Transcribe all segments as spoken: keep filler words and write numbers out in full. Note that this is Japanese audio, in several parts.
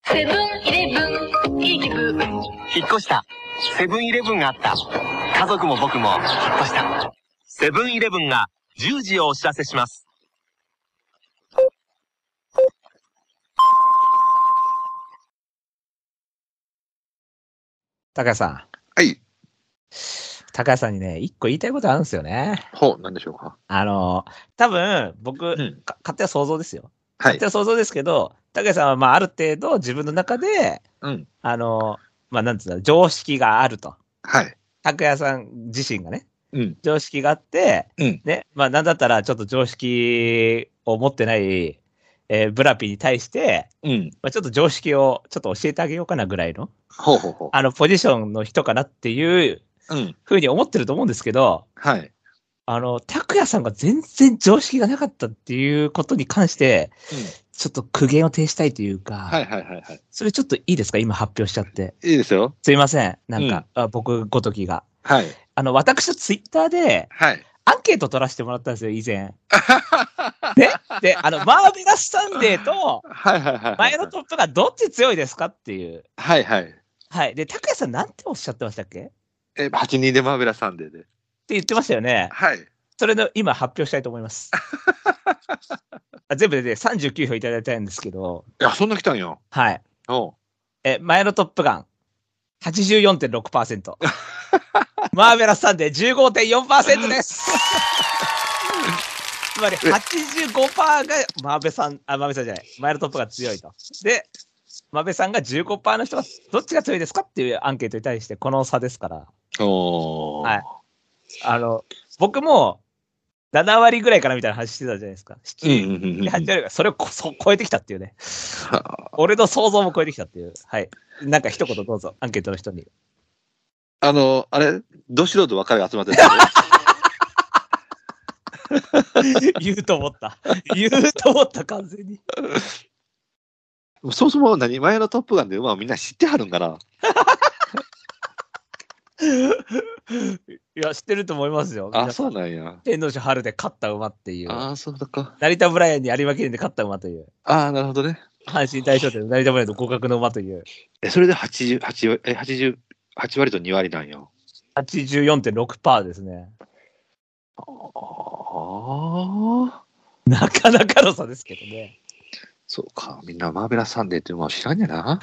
セブンイレブン、いい気分。 引っ越した。セブンイレブンがあった。家族も僕も引っ越した。セブンイレブンがじゅうじをお知らせします。 高谷さん。 はい。 高谷さんにね、一個言いたいことあるんですよね。 ほう、なんでしょうか。 あの、多分、僕、うん、勝手な想像ですよ。はい。勝手な想像ですけど、高谷さんは、まあ、ある程度自分の中で、うん。あの、まあ、なんつうんだろう、常識があると。はい。高谷さん自身がね、うん。常識があって、うん。ね、まあ、なんだったら、ちょっと常識を持ってない、えー、ブラピに対して、うん。まあ、ちょっと常識をちょっと教えてあげようかなぐらいの、ほうほうほう。あの、ポジションの人かなっていう、うん。ふうに思ってると思うんですけど、はい。あの、拓也さんが全然常識がなかったっていうことに関して、うん、ちょっと苦言を呈したいというか、はいはいはいはい。それちょっといいですか？今発表しちゃって。いいですよ。すいません。なんか、うん、あ僕ごときが。はい。あの、私のツイッターで、はい。アンケート取らせてもらったんですよ、以前。で、で、あの、マーベラスサンデーと、はいはいはい。前のトップがどっち強いですかっていう。はいはい。はい。で、拓也さんなんておっしゃってましたっけ？え、はちにんでマーベラサンデーで。って言ってましたよね。はい。それの今発表したいと思います。全部で、ね、さんじゅうきゅう票いただいたんですけど。いや、そんな来たんよ。はい。おう。え、前のトップガン、はちじゅうよんてんろくパーセント。マーベラスサンデー じゅうごてんよんパーセント です。つまり はちじゅうごパーセント がマーベさん、あ、マーベさんじゃない。前のトップが強いと。で、マーベさんが じゅうごパーセント の人はどっちが強いですかっていうアンケートに対してこの差ですから。おー。はい。あの、僕もなな割ぐらいからみたいな話してたじゃないですか。なな、はち割がそれをこそ超えてきたっていうね。俺の想像も超えてきたっていう。はい。なんか一言どうぞ、アンケートの人に。あの、あれ、ど素人ばっかり集まってる、ね。言うと思った。言うと思った、完全に。そもそも何前のトップガンで馬をみんな知ってはるんかな。いや、知ってると思いますよ。あ、そうなんや。天皇賞春で勝った馬っていう。ああ、そうだか。成田ブライアンに有馬記念で勝った馬という。ああ、なるほどね。阪神大賞で成田ブライアンの互角の馬という。え、それではちじゅうはち、え、はちじゅうはち割とに割なんよ。はちじゅうよんてんろくパーセント ですね。ああ。なかなかの差ですけどね。そうか。みんなマーベラサンデーっていうのは知らんやな。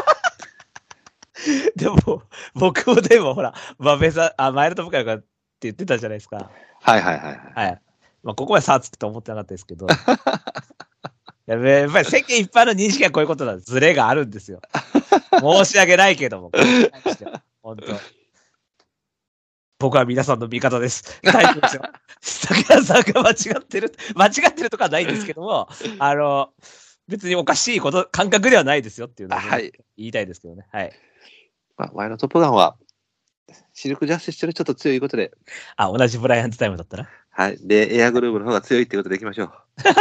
でも、僕もでもほら、マベさん、あ、前のトップからって言ってたじゃないですか。はいはいはい。はい。まあ、ここまで差つくと思ってなかったですけど。やっぱり世間一般の認識はこういうことなんです。ズレがあるんですよ。申し訳ないけども。本当。僕は皆さんの味方です。大丈夫ですよ。竹谷さんが間違ってる、間違ってるとかはないんですけども、あの、別におかしいこと、感覚ではないですよっていうのを、ね、はい、言いたいですけどね。はい。まあ、前のトップガンは、シルクジャスティスよりちょっと強いことで。あ、同じブライアンズタイムだったらはい。で、エアグルーヴの方が強いってことでいきましょう。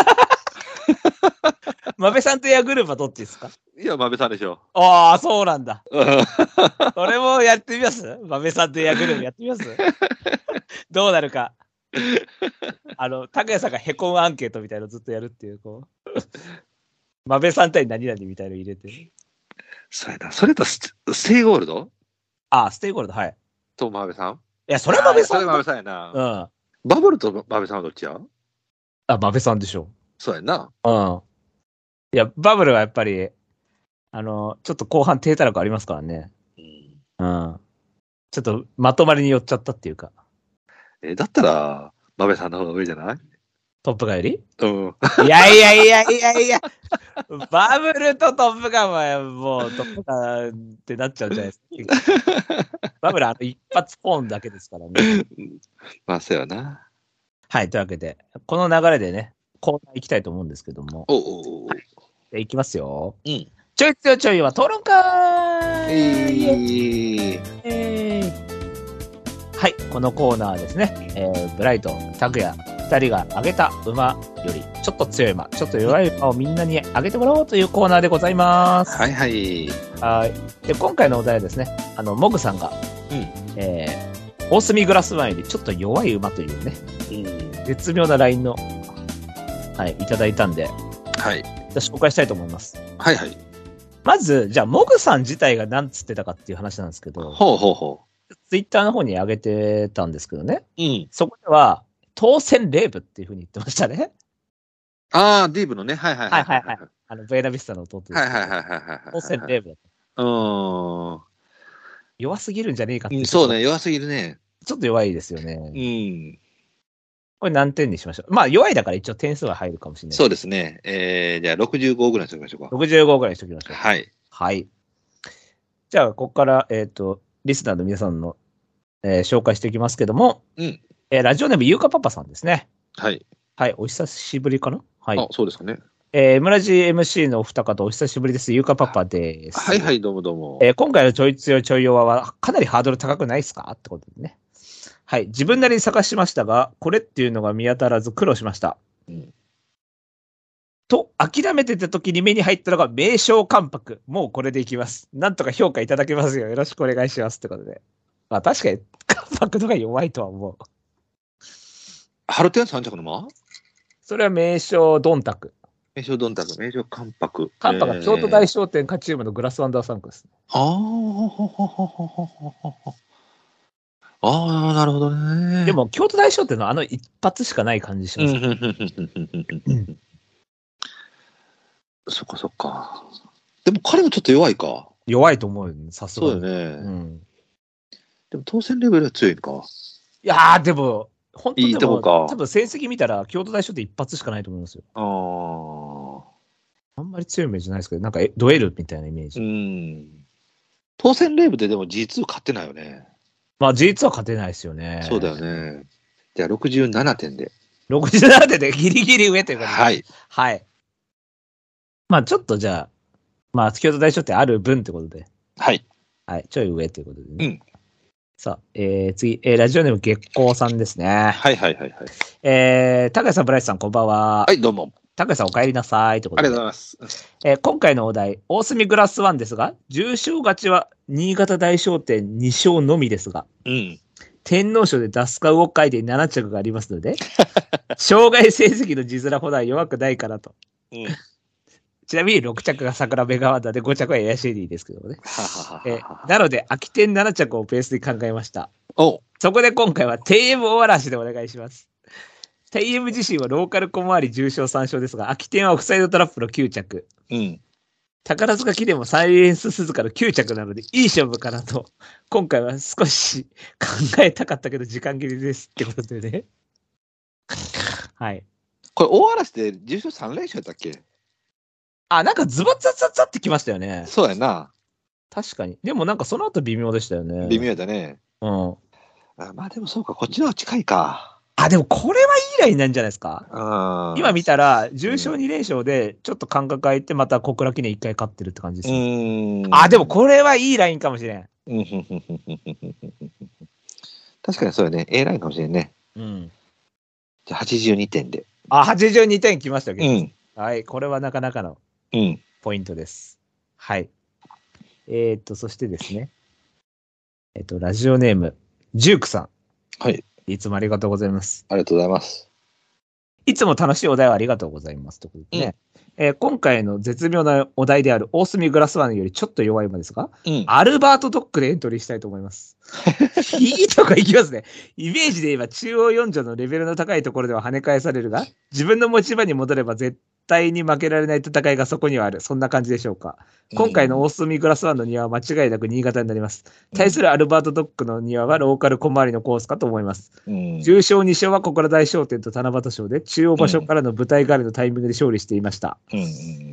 マベさんとエアグルーヴはどっちですか？いや、マベさんでしょ。ああ、そうなんだ。それもやってみます？マベさんとエアグルーヴやってみます？どうなるか。あの、拓也さんがヘコンアンケートみたいなのずっとやるっていう、こう。マベさん対何々みたいなの入れて。そうやな。それとス、ステイゴールド？ああ、ステイゴールド、はい。と、マベさん？いや、それはマベさん。それマベさんやな。うん。バブルとマベさんはどっちや？あ、マベさんでしょ。そうやな。うん。いや、バブルはやっぱり、あの、ちょっと後半低たらくありますからね。うん。うん。ちょっとまとまりに寄っちゃったっていうか。え、だったら、マベさんの方が上じゃない？トップガンより？うん。いやいやいやいやいや、バブルとトップガンはもうトップガンってなっちゃうじゃないですか。バブルはあの一発ポンだけですからね。まあ、そうやな。はい、というわけで、この流れでね、コーナー行きたいと思うんですけども。おお。いきますよ。うん。ちょいつよちょいは討論会、えー、えー、はい、このコーナーですね。えー、ブライト、拓也、二人が挙げた馬よりちょっと強い馬、ちょっと弱い馬をみんなに挙げてもらおうというコーナーでございます。はいはい。はい。で、今回のお題はですね、あの、モグさんが、うん、えー、大隅グラスワンよりちょっと弱い馬というね、うん、絶妙なラインの、はい、いただいたんで、はい。じゃあ紹介したいと思います。はいはい。 まず、じゃあ、モグさん自体が何つってたかっていう話なんですけど、 ほうほうほう。ツイッターの方に上げてたんですけどね。 うん。 そこでは、当選レーブっていうふうに言ってましたね。 ああ、ディーブのね。はいはいはい。 はいはいはい。あの、ベイナビスタの弟です。 はいはいはいはいはい。 当選レーブだった。 うーん。 弱すぎるんじゃねえかって、うん。 そうね、弱すぎるね。 ちょっと弱いですよね。 うん。 これ何点にしましょう。まあ、弱いだから一応点数は入るかもしれない。 そうですね。えー、じゃあろくじゅうごぐらいにしときましょうか。 ろくじゅうごぐらいにしときましょう。 はい。 はい。じゃあ、ここから、えっ、ー、と、リスナーの皆さんの、えー、紹介していきますけども、 うん。 えー、ラジオネームゆうかパパさんですね。 はい。 はい、お久しぶりかな。はい。 あ、そうですかね。 えー、村地 エムシー のお二方、お久しぶりです。ゆうかパパです。 はいはい、どうもどうも。 えー、今回のちょい強いちょい弱は、かなりハードル高くないですかってことでね。はい。自分なりに探しましたが、これっていうのが見当たらず苦労しました。うん、と、諦めてた時に目に入ったのが名称関白。もうこれでいきます。なんとか評価いただけますよ。よろしくお願いします。ってことで。まあ確かに、関白のが弱いとは思う。 ハルテン三着の間？ それは名称ドンタク。 名称ドンタク、名称関白。 関白は京都大商店勝ち馬のグラスワンダーサンクですね。 ああ、ほほほほほほ。ああ、なるほどね。 でも、京都大賞っていうのはあの一発しかない感じします。 そっかそっか。でも彼もちょっと弱いか。 弱いと思うよね、さすがに。 そうだよね。 うん、 でも当選レベルは強いか。 いやー、でも、本当にいいとこか。 多分成績見たら京都大賞って一発しかないと思いますよ。 ああ。あんまり強いイメージないですけど、なんかドエルみたいなイメージ。 うん。当選レベルででも ジーツー 勝ってないよね。 まあ、ジーツー は勝てないですよね。 そうだよね。じゃあろくじゅうななてんで。 ろくじゅうななてんでギリギリ上ということで。 はい。 はい。まあ、ちょっとじゃあ、まあ、京都大賞ってある分ということで。 はい。 はい。ちょい上ということでね。 うん。 さあ、えー、次、えー、ラジオネーム月光さんですね。 はいはいはいはい。 えー、高橋さん、ブライスさん、こんばんは。 はい、どうも。 高橋さん、お帰りなさい。ということで。 ありがとうございます。 えー、今回のお題、大隅グラスワンですが、重賞勝ちは新潟大商店に勝のみですが、 うん。 天皇賞でダスカウオ会でなな着がありますので、障害成績の字面ほどは弱くないかなと。うん、ちなみにろく着が桜ベガワンダーでご着はエアシェリーですけどね。えー、なので、秋天なな着をペースで考えました。 おそこで今回は ティーエム 大嵐でお願いします。ティーエム 自身はローカル小回り重賞さん勝ですが、秋天はオフサイドトラップのきゅう着。うん。宝塚記念もサイレンス鈴鹿のきゅう着なので、いい勝負かなと、今回は少し考えたかったけど、時間切れですってことでね。はい。 これ、大嵐で重賞さん連勝やったっけ？ あ、なんかズバッザッザッザッってきましたよね。 そうやな。 確かに。でもなんかその後微妙でしたよね。 微妙だね。 うん。 あ、まあでもそうか、こっちの方が近いか。 あ、でもこれはいいラインなんじゃないですか。今見たら、重賞に連勝で、ちょっと間隔空いて、また小倉記念いっかい勝ってるって感じですね。あ、でもこれはいいラインかもしれん。 確かにそうよね。A ラインかもしれんね。うん。じゃあはちじゅうにてんで。 あ、はちじゅうにてんきましたけど。 うん。 はい。これはなかなかのポイントです。うん、はい。えー、っと、そしてですね。えっと、ラジオネーム、ジュークさん。 はい。 いつもありがとうございます。 ありがとうございます。 いつも楽しいお題をありがとうございます。ということでね、うん、えー、今回の絶妙なお題である大隅グラスワンよりちょっと弱い馬ですが、うん、アルバートドッグでエントリーしたいと思います。いいとこ行きますね。イメージで言えば中央よん条のレベルの高いところでは跳ね返されるが、自分の持ち場に戻れば絶対に負けられない戦いがそこにはある。そんな感じでしょうか。今回の大隅グラスワンの庭は間違いなく新潟になります。対するアルバートドッグの庭はローカル小回りのコースかと思います。うん、重賞に勝は小倉大商店と七夕賞で中央場所からの舞台代わりのタイミングで勝利していました。うん、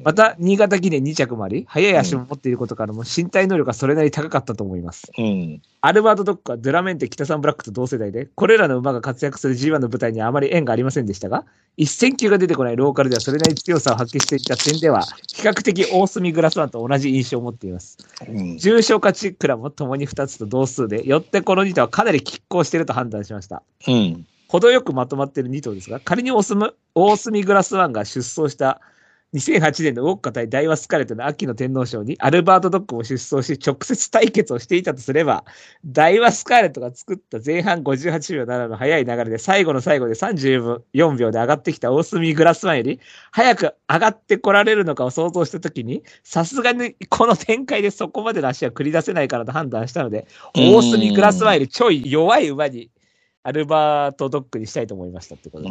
また、新潟記念に着もあり、速い足も持っていることからも身体能力がそれなり高かったと思います。うん、アルバートドッグはドゥラメンテ北サンブラックと同世代で、これらの馬が活躍する ジーワン の舞台にはあまり縁がありませんでしたが、一戦級が出てこないローカルではそれなりに強さを発揮していた点では、比較的大隅グラスワンと同じ印象を持っています。うん、重賞勝ちクラも共にふたつと同数で、よってこのに頭はかなり拮抗していると判断しました。うん、程よくまとまっているに頭ですが、仮に大隅グラスワンが出走したにせんはちねんのウォッカ対ダイワスカレットの秋の天皇賞にアルバートドッグも出走し直接対決をしていたとすれば、ダイワスカレットが作った前半ごじゅうはちびょうななの速い流れで最後の最後でさんじゅうよんびょうで上がってきた大隅グラスワンより早く上がってこられるのかを想像したときに、さすがにこの展開でそこまでの足は繰り出せないからと判断したので、大隅グラスワンよりちょい弱い馬にアルバートドッグにしたいと思いましたってことで。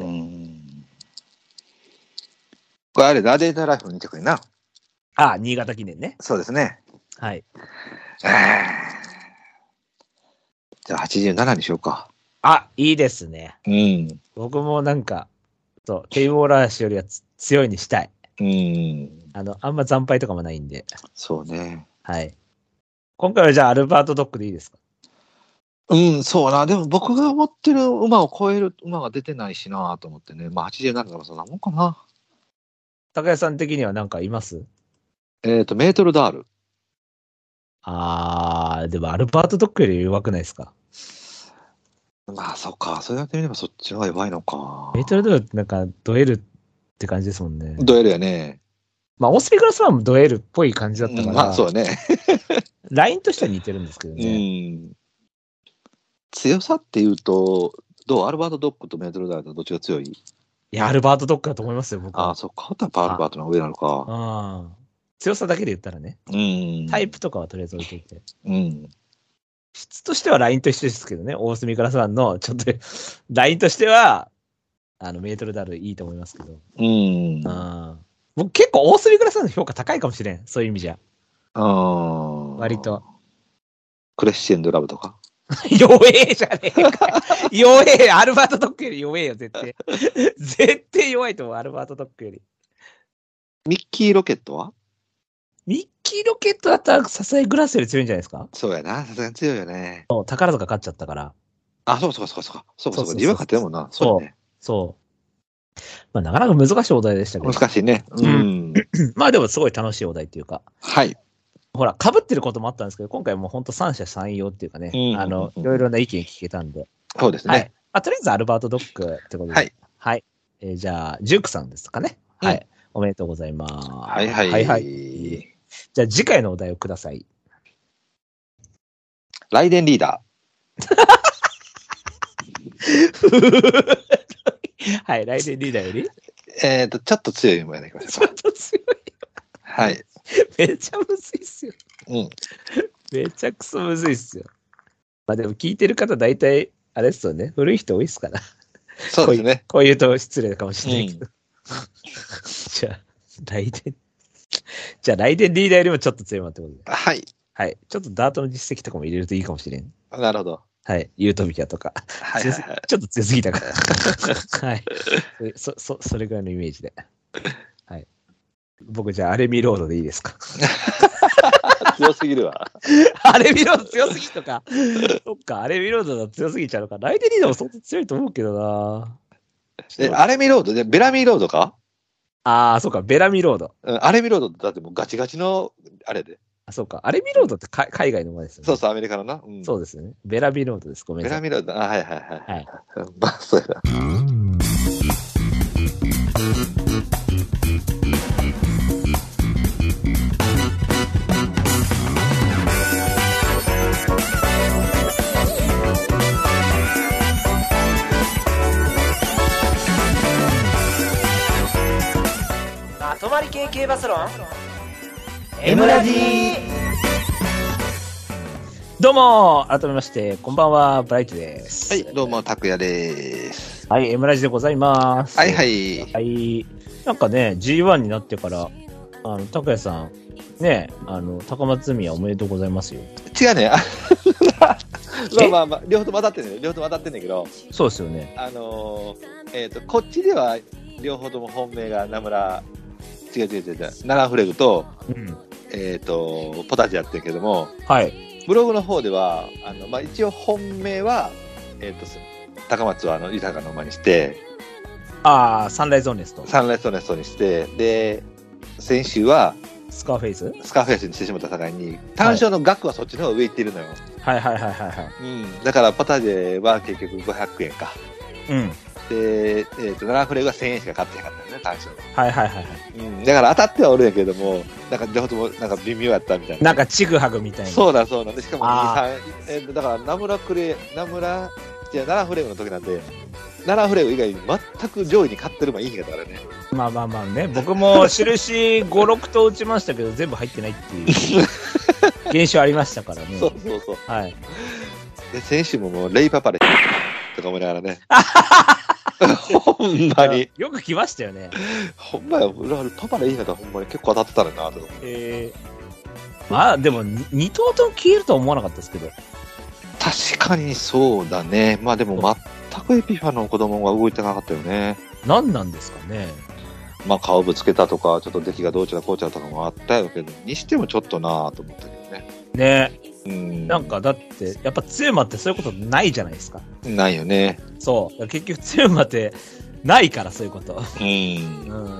これあれだ、データライフのに着にな。 ああ、新潟記念ね。 そうですね。 はい。 じゃあはちじゅうななにしようか。 あ、いいですね。 うん。 僕もなんか、そう、テイボーラー氏よりは強いにしたい。 うん。 あの、あんま惨敗とかもないんで。 そうね。 はい。今回はじゃあアルバートドッグでいいですか？ うん、そうな。でも僕が持ってる馬を超える馬が出てないしなと思ってね。まあはちじゅうななからそんなもんかな。 高谷さん的には何かいます？ えっと、メートルダール。 あー、でもアルバートドッグより弱くないですか？ まあ、そっか。それやってみればそっちの方が弱いのか。 メートルダールってなんかドエルって感じですもんね。 ドエルやね。 まあ、オースピグラスワンもドエルっぽい感じだったから。うん、 まあ、そうね。 ラインとしては似てるんですけどね。 うん。強さっていうと、どうアルバートドッグとメートルダールとどっちが強い？ いや、アルバートドッグだと思いますよ、僕は。 ああ、そっか。やっぱアルバートの方が上なのか。 ああ。強さだけで言ったらね。 うん。 タイプとかはとりあえず置いといて。 うん。 質としてはラインと一緒ですけどね。大隅グラスワンの、ちょっと、ラインとしては、あの、メートルダールいいと思いますけど。 うん。 ああ。僕結構大隅グラスワンの評価高いかもしれん。そういう意味じゃ。 ああ。 割と。 クレッシェンドラブとか。 弱えじゃねえか。弱え。アルバートドッグより弱えよ、絶対。絶対弱いと思う、アルバートドッグより。 ミッキーロケットは？ ミッキーロケットだったらさすがにグラスより強いんじゃないですか？ そうやな。さすがに強いよね。 そう、宝塚勝っちゃったから。 あ、そうそうそうそう。そうそうそう。自分勝ってるもんな。 そう。そう。そうまあ、なかなか難しいお題でしたけど。 難しいね。うん。 まあでもすごい楽しいお題っていうか。 はい。 ほら、被ってることもあったんですけど、今回もう本当三者三様っていうかね、うんうんうん、あの、いろいろな意見聞けたんで。 そうですね。 はい。あ、とりあえずアルバートドッグってことで。 はい。 はい。えー、じゃあ、ジュークさんですかね。うん、はい。おめでとうございます。 はいはい。 はいはい。じゃあ次回のお題をください。 ライデンリーダー。はい、ライデンリーダーよりえっと、ちょっと強いもやね。 ちょっと強い。 はい。 めちゃむずいっすよ。 うん。 めちゃくそむずいっすよ。まあでも聞いてる方大体、あれっすよね。古い人多いっすから。 そうですね。 こういうと失礼かもしれないけど。うん、じゃあ、ライデン。じゃあ、ライデンリーダーよりもちょっと強いもってことで。 はい。 はい。ちょっとダートの実績とかも入れるといいかもしれん。 なるほど。 はい。ユートピアとか。 はいはいはい、 ちょっと強すぎたから。はい。そ、そ、それぐらいのイメージで。はい。僕じゃあ、アレミロードでいいですか？ 強すぎるわ。 アレミロード強すぎとか。そっか、アレミロードだと強すぎちゃうのか。ライデンリーダーも相当強いと思うけどな。 え、アレミロードで、ベラミーロードか？ ああ、そうか、ベラミロード。 うん、アレミロードってだってもうガチガチの、あれで。 あ、そうか。アレミロードってか海外のものですよね。 そうそう、アメリカのな。 うん、そうですよね。ベラミロードです。ごめんなさい。 ベラミロード、あ、はいはいはい。 はい。 まあ、そうやな。 泊まり系系バスロン M ラジー。どうも改めましてこんばんは、ブライトです。 はい、どうも拓也です。 はい、 M ラジでございます。 はいはいはい。なんかね ジーワン になってからあの拓也さんね、あの高松宮おめでとうございますよ。 違うね。まあまあまあ両方とも当たってんねん両方とも当たってんねんけど。 そうですよね。 あのー、えっ、ー、とこっちでは両方とも本命が名村違う違う違う違うナランフレグと、うん、えっ、ー、とポタジやってるけども、 はい。 ブログの方ではあの、まあ、一応本命は、えー、と高松はあの豊かの馬にして、 ああサンライズオネストサンライズオネストにして、で先週はスカーフェイススカーフェイスにしてしまった境に単勝の額はそっちの方が上行ってるのよ。 はいはいはいはいはい。 うん、だからポタジェは結局ごひゃくえんか。 うん。 で、えっ、ー、と、ななフレグはせんえんしか買ってなかったよね、単勝。 はいはいはいはい。 うん。だから当たってはおるんやけども、なんか両方ともなんか微妙やったみたいな。 なんかちぐはぐみたいな。 そうだそうなんで、しかもに、さん、えー、だからナムラクレ、ナムラ、じゃななフレグの時なんで、ななフレグ以外に全く上位に勝ってるもんいい日だからね。 まあまあまあね、僕も印ご、ろくと打ちましたけど、全部入ってないっていう現象ありましたからね。 そうそうそう。 はい。 で、選手ももうレイパパレとか思いながらね。ほんまに。 よく来ましたよね。 ほんまや、パパレいいなとほんまに結構当たってたのになとか。 えー、まあでもに頭とも消えるとは思わなかったですけど。 確かにそうだね。まあでも全くエピファの子供が動いてなかったよね。 何なんですかね。 まあ顔ぶつけたとか、ちょっと出来がどうちゃらこうちゃらとかもあったよけど、にしてもちょっとなぁと思ったけどね。 ね。 うん。 なんかだって、やっぱ強馬ってそういうことないじゃないですか。 ないよね。 そう。結局強馬ってないからそういうこと。 うん。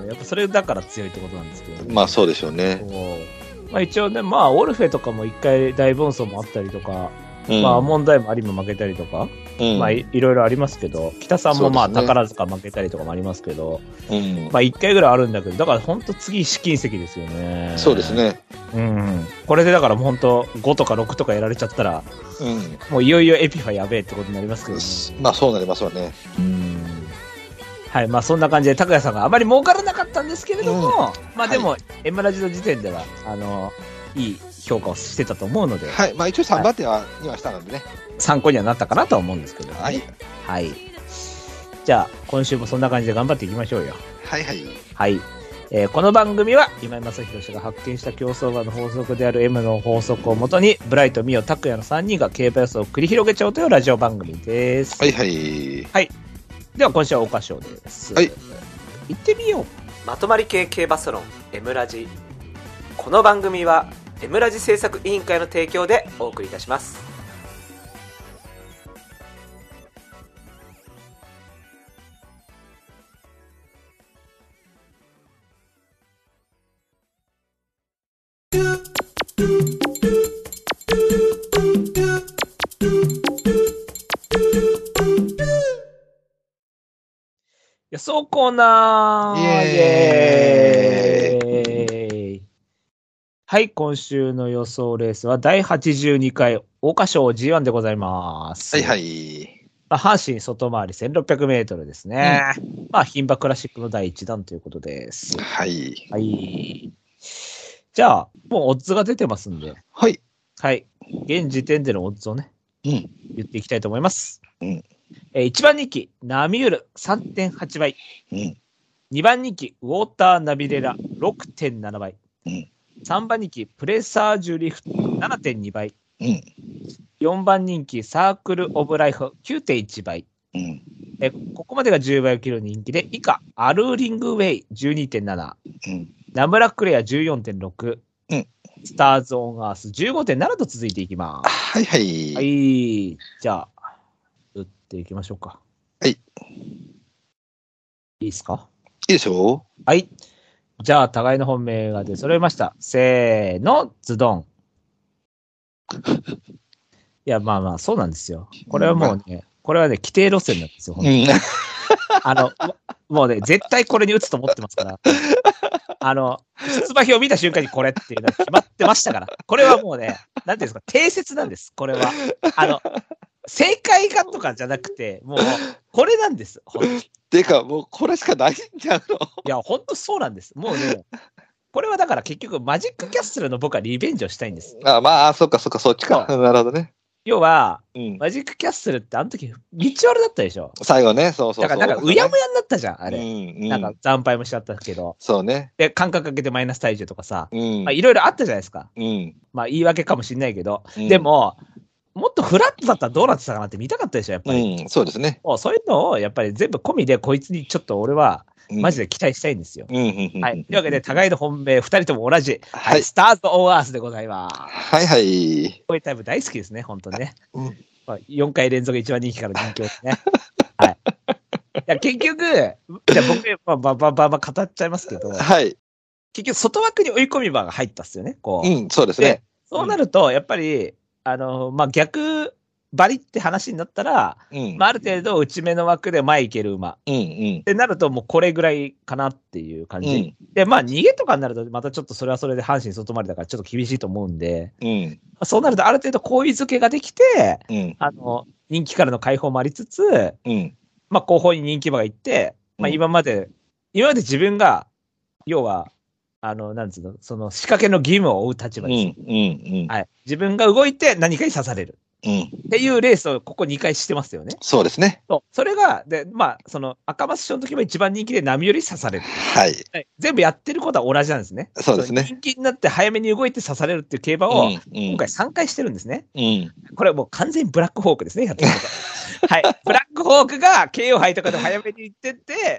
うん。やっぱそれだから強いってことなんですけど、ね。 まあそうでしょうね。 まあ一応ね、まあオルフェとかも一回大奔走もあったりとか、うん、まあ問題もありも負けたりとか、うん、まあ い, いろいろありますけど、北さんもまあ宝塚負けたりとかもありますけど、うん、まあ一回ぐらいあるんだけど、だから本当次試金石ですよね。 そうですね。 うん。これでだから本当ごとかろくとかやられちゃったら、うん、もういよいよエピファやべえってことになりますけどね。 まあそうなりますわね。 うん。はい、まあそんな感じで拓也さんがあまり儲からなかったんですけれども、うん、まあでも、はい、エムラジの時点では、あの、いい評価をしてたと思うので。 はい。まあ一応さんばん手は、にはしたのでね。 参考にはなったかなとは思うんですけど、ね。 はい。 はい。じゃあ、今週もそんな感じで頑張っていきましょうよ。 はいはい。 はい。えー、この番組は、今井正弘氏が発見した競走馬の法則である M の法則をもとに、ブライト、ミオ、拓也のさんにんが競馬予想を繰り広げちゃおうというラジオ番組です。 はいはい。 はい。では、今週は桜花賞です。 はい。 行ってみよう。 まとまり系競馬ソロン M ラジ。この番組は M ラジ制作委員会の提供でお送りいたします。 予想コーナーイエーイ。はい、今週の予想レースはだいはちじゅうにかい桜花賞 ジーワン でございます。 はいはい。 まあ、阪神外回りせんろっぴゃくメートルですね。うん、まあ、牝馬クラシックのだいいちだんということです。 はい。 はい。じゃあ、もうオッズが出てますんで。 はい。 はい。現時点でのオッズをね、 うん、 言っていきたいと思います。 うん。 えー、いちばん人気、ナミュール さんてんはちばい。 うん、 にばん人気、ウォーターナビレラ ろくてんななばい。 うん、 さんばん人気、プレサージュリフト ななてんにばい。 うん、 よんばん人気、サークルオブライフ きゅうてんいちばい。 うん、 えここまでがじゅうばいを切る人気で、以下、アルーリングウェイ じゅうにてんなな、 うん、 ナムラクレア じゅうよんてんろく、 うん、 スターズオンアース じゅうごてんなな と続いていきます。 はいはい。 はい。じゃあ、打っていきましょうか。 はい。いいですか？ いいでしょう？ はい。じゃあ、互いの本命が出揃いました。せーの、ズドン。いや、まあまあ、そうなんですよ。これはもうね、これはね、規定路線なんですよ、本当に。あの、もうね、絶対これに打つと思ってますから。あの、出馬表を見た瞬間にこれっていうのは決まってましたから。これはもうね、なんていうんですか、定説なんです、これは。あの、正解かとかじゃなくて、もう、これなんです。 てか、もうこれしかないんじゃんの。いや、ほんとそうなんです。もうね、これはだから結局、マジックキャッスルの僕はリベンジをしたいんです。 あ、まあ、そっかそっか、そっちか。なるほどね。 要は、 うん、 マジックキャッスルってあの時、道悪だったでしょ。 最後ね、そうそうそう。 だから、なんか、うやむやになったじゃん、あれ。 うんうん、 なんか、惨敗もしちゃったけど。 そうね。 で、間隔かけてマイナス体重とかさ、 うん、 まあ、いろいろあったじゃないですか。 うん、 まあ、言い訳かもしんないけど、 うん、 でも、もっとフラットだったらどうなってたかなって見たかったでしょ、やっぱり。 うん、そうですね。 そういうのを、やっぱり全部込みで、こいつにちょっと俺は、マジで期待したいんですよ。 うんうんうん、 はい。というわけで、互いの本命、二人とも同じ、はいはい、スターズ・オン・アースでございます。 はいはい。 こういうタイプ大好きですね、本当にね。 うん、 よんかい連続一番人気から人気ですね。はい。いや結局、じゃあ僕、まあ、ばばばば語っちゃいますけど、 はい。 結局、外枠に追い込み場が入ったっすよね、こう。 うん、そうですね。 そうなると、やっぱり、あの、まあ、逆バリって話になったら、 うん。 まあ、ある程度内目の枠で前行ける馬。 うんうんっ。てなると、もうこれぐらいかなっていう感じ。 うんで、まあ、逃げとかになると、またちょっとそれはそれで阪神外回りだからちょっと厳しいと思うんで、 うん。 そうなるとある程度好位付けができて、 うん。 あの、人気からの解放もありつつ、 うん。 まあ、後方に人気馬がいって、まあ、 うん今まで、今まで自分が、要は、あの、なんつうの、その仕掛けの義務を負う立場うん。 です。 うん。 はい。自分が動いて何かに刺される。 うん。 っていうレースをここにかいしてますよね。 そうですね。 そう。それが、で、まあ、その赤松賞の時も一番人気で波より刺される。 はい。 はい。全部やってることは同じなんですね。 そうですねその人気になって早めに動いて刺されるっていう競馬を、 うんうん今回さんかいしてるんですね。 うん。 これはもう完全にブラックホークですね、やってること。はい。ブラックホークが ケーオー 杯とかで早めに行ってって、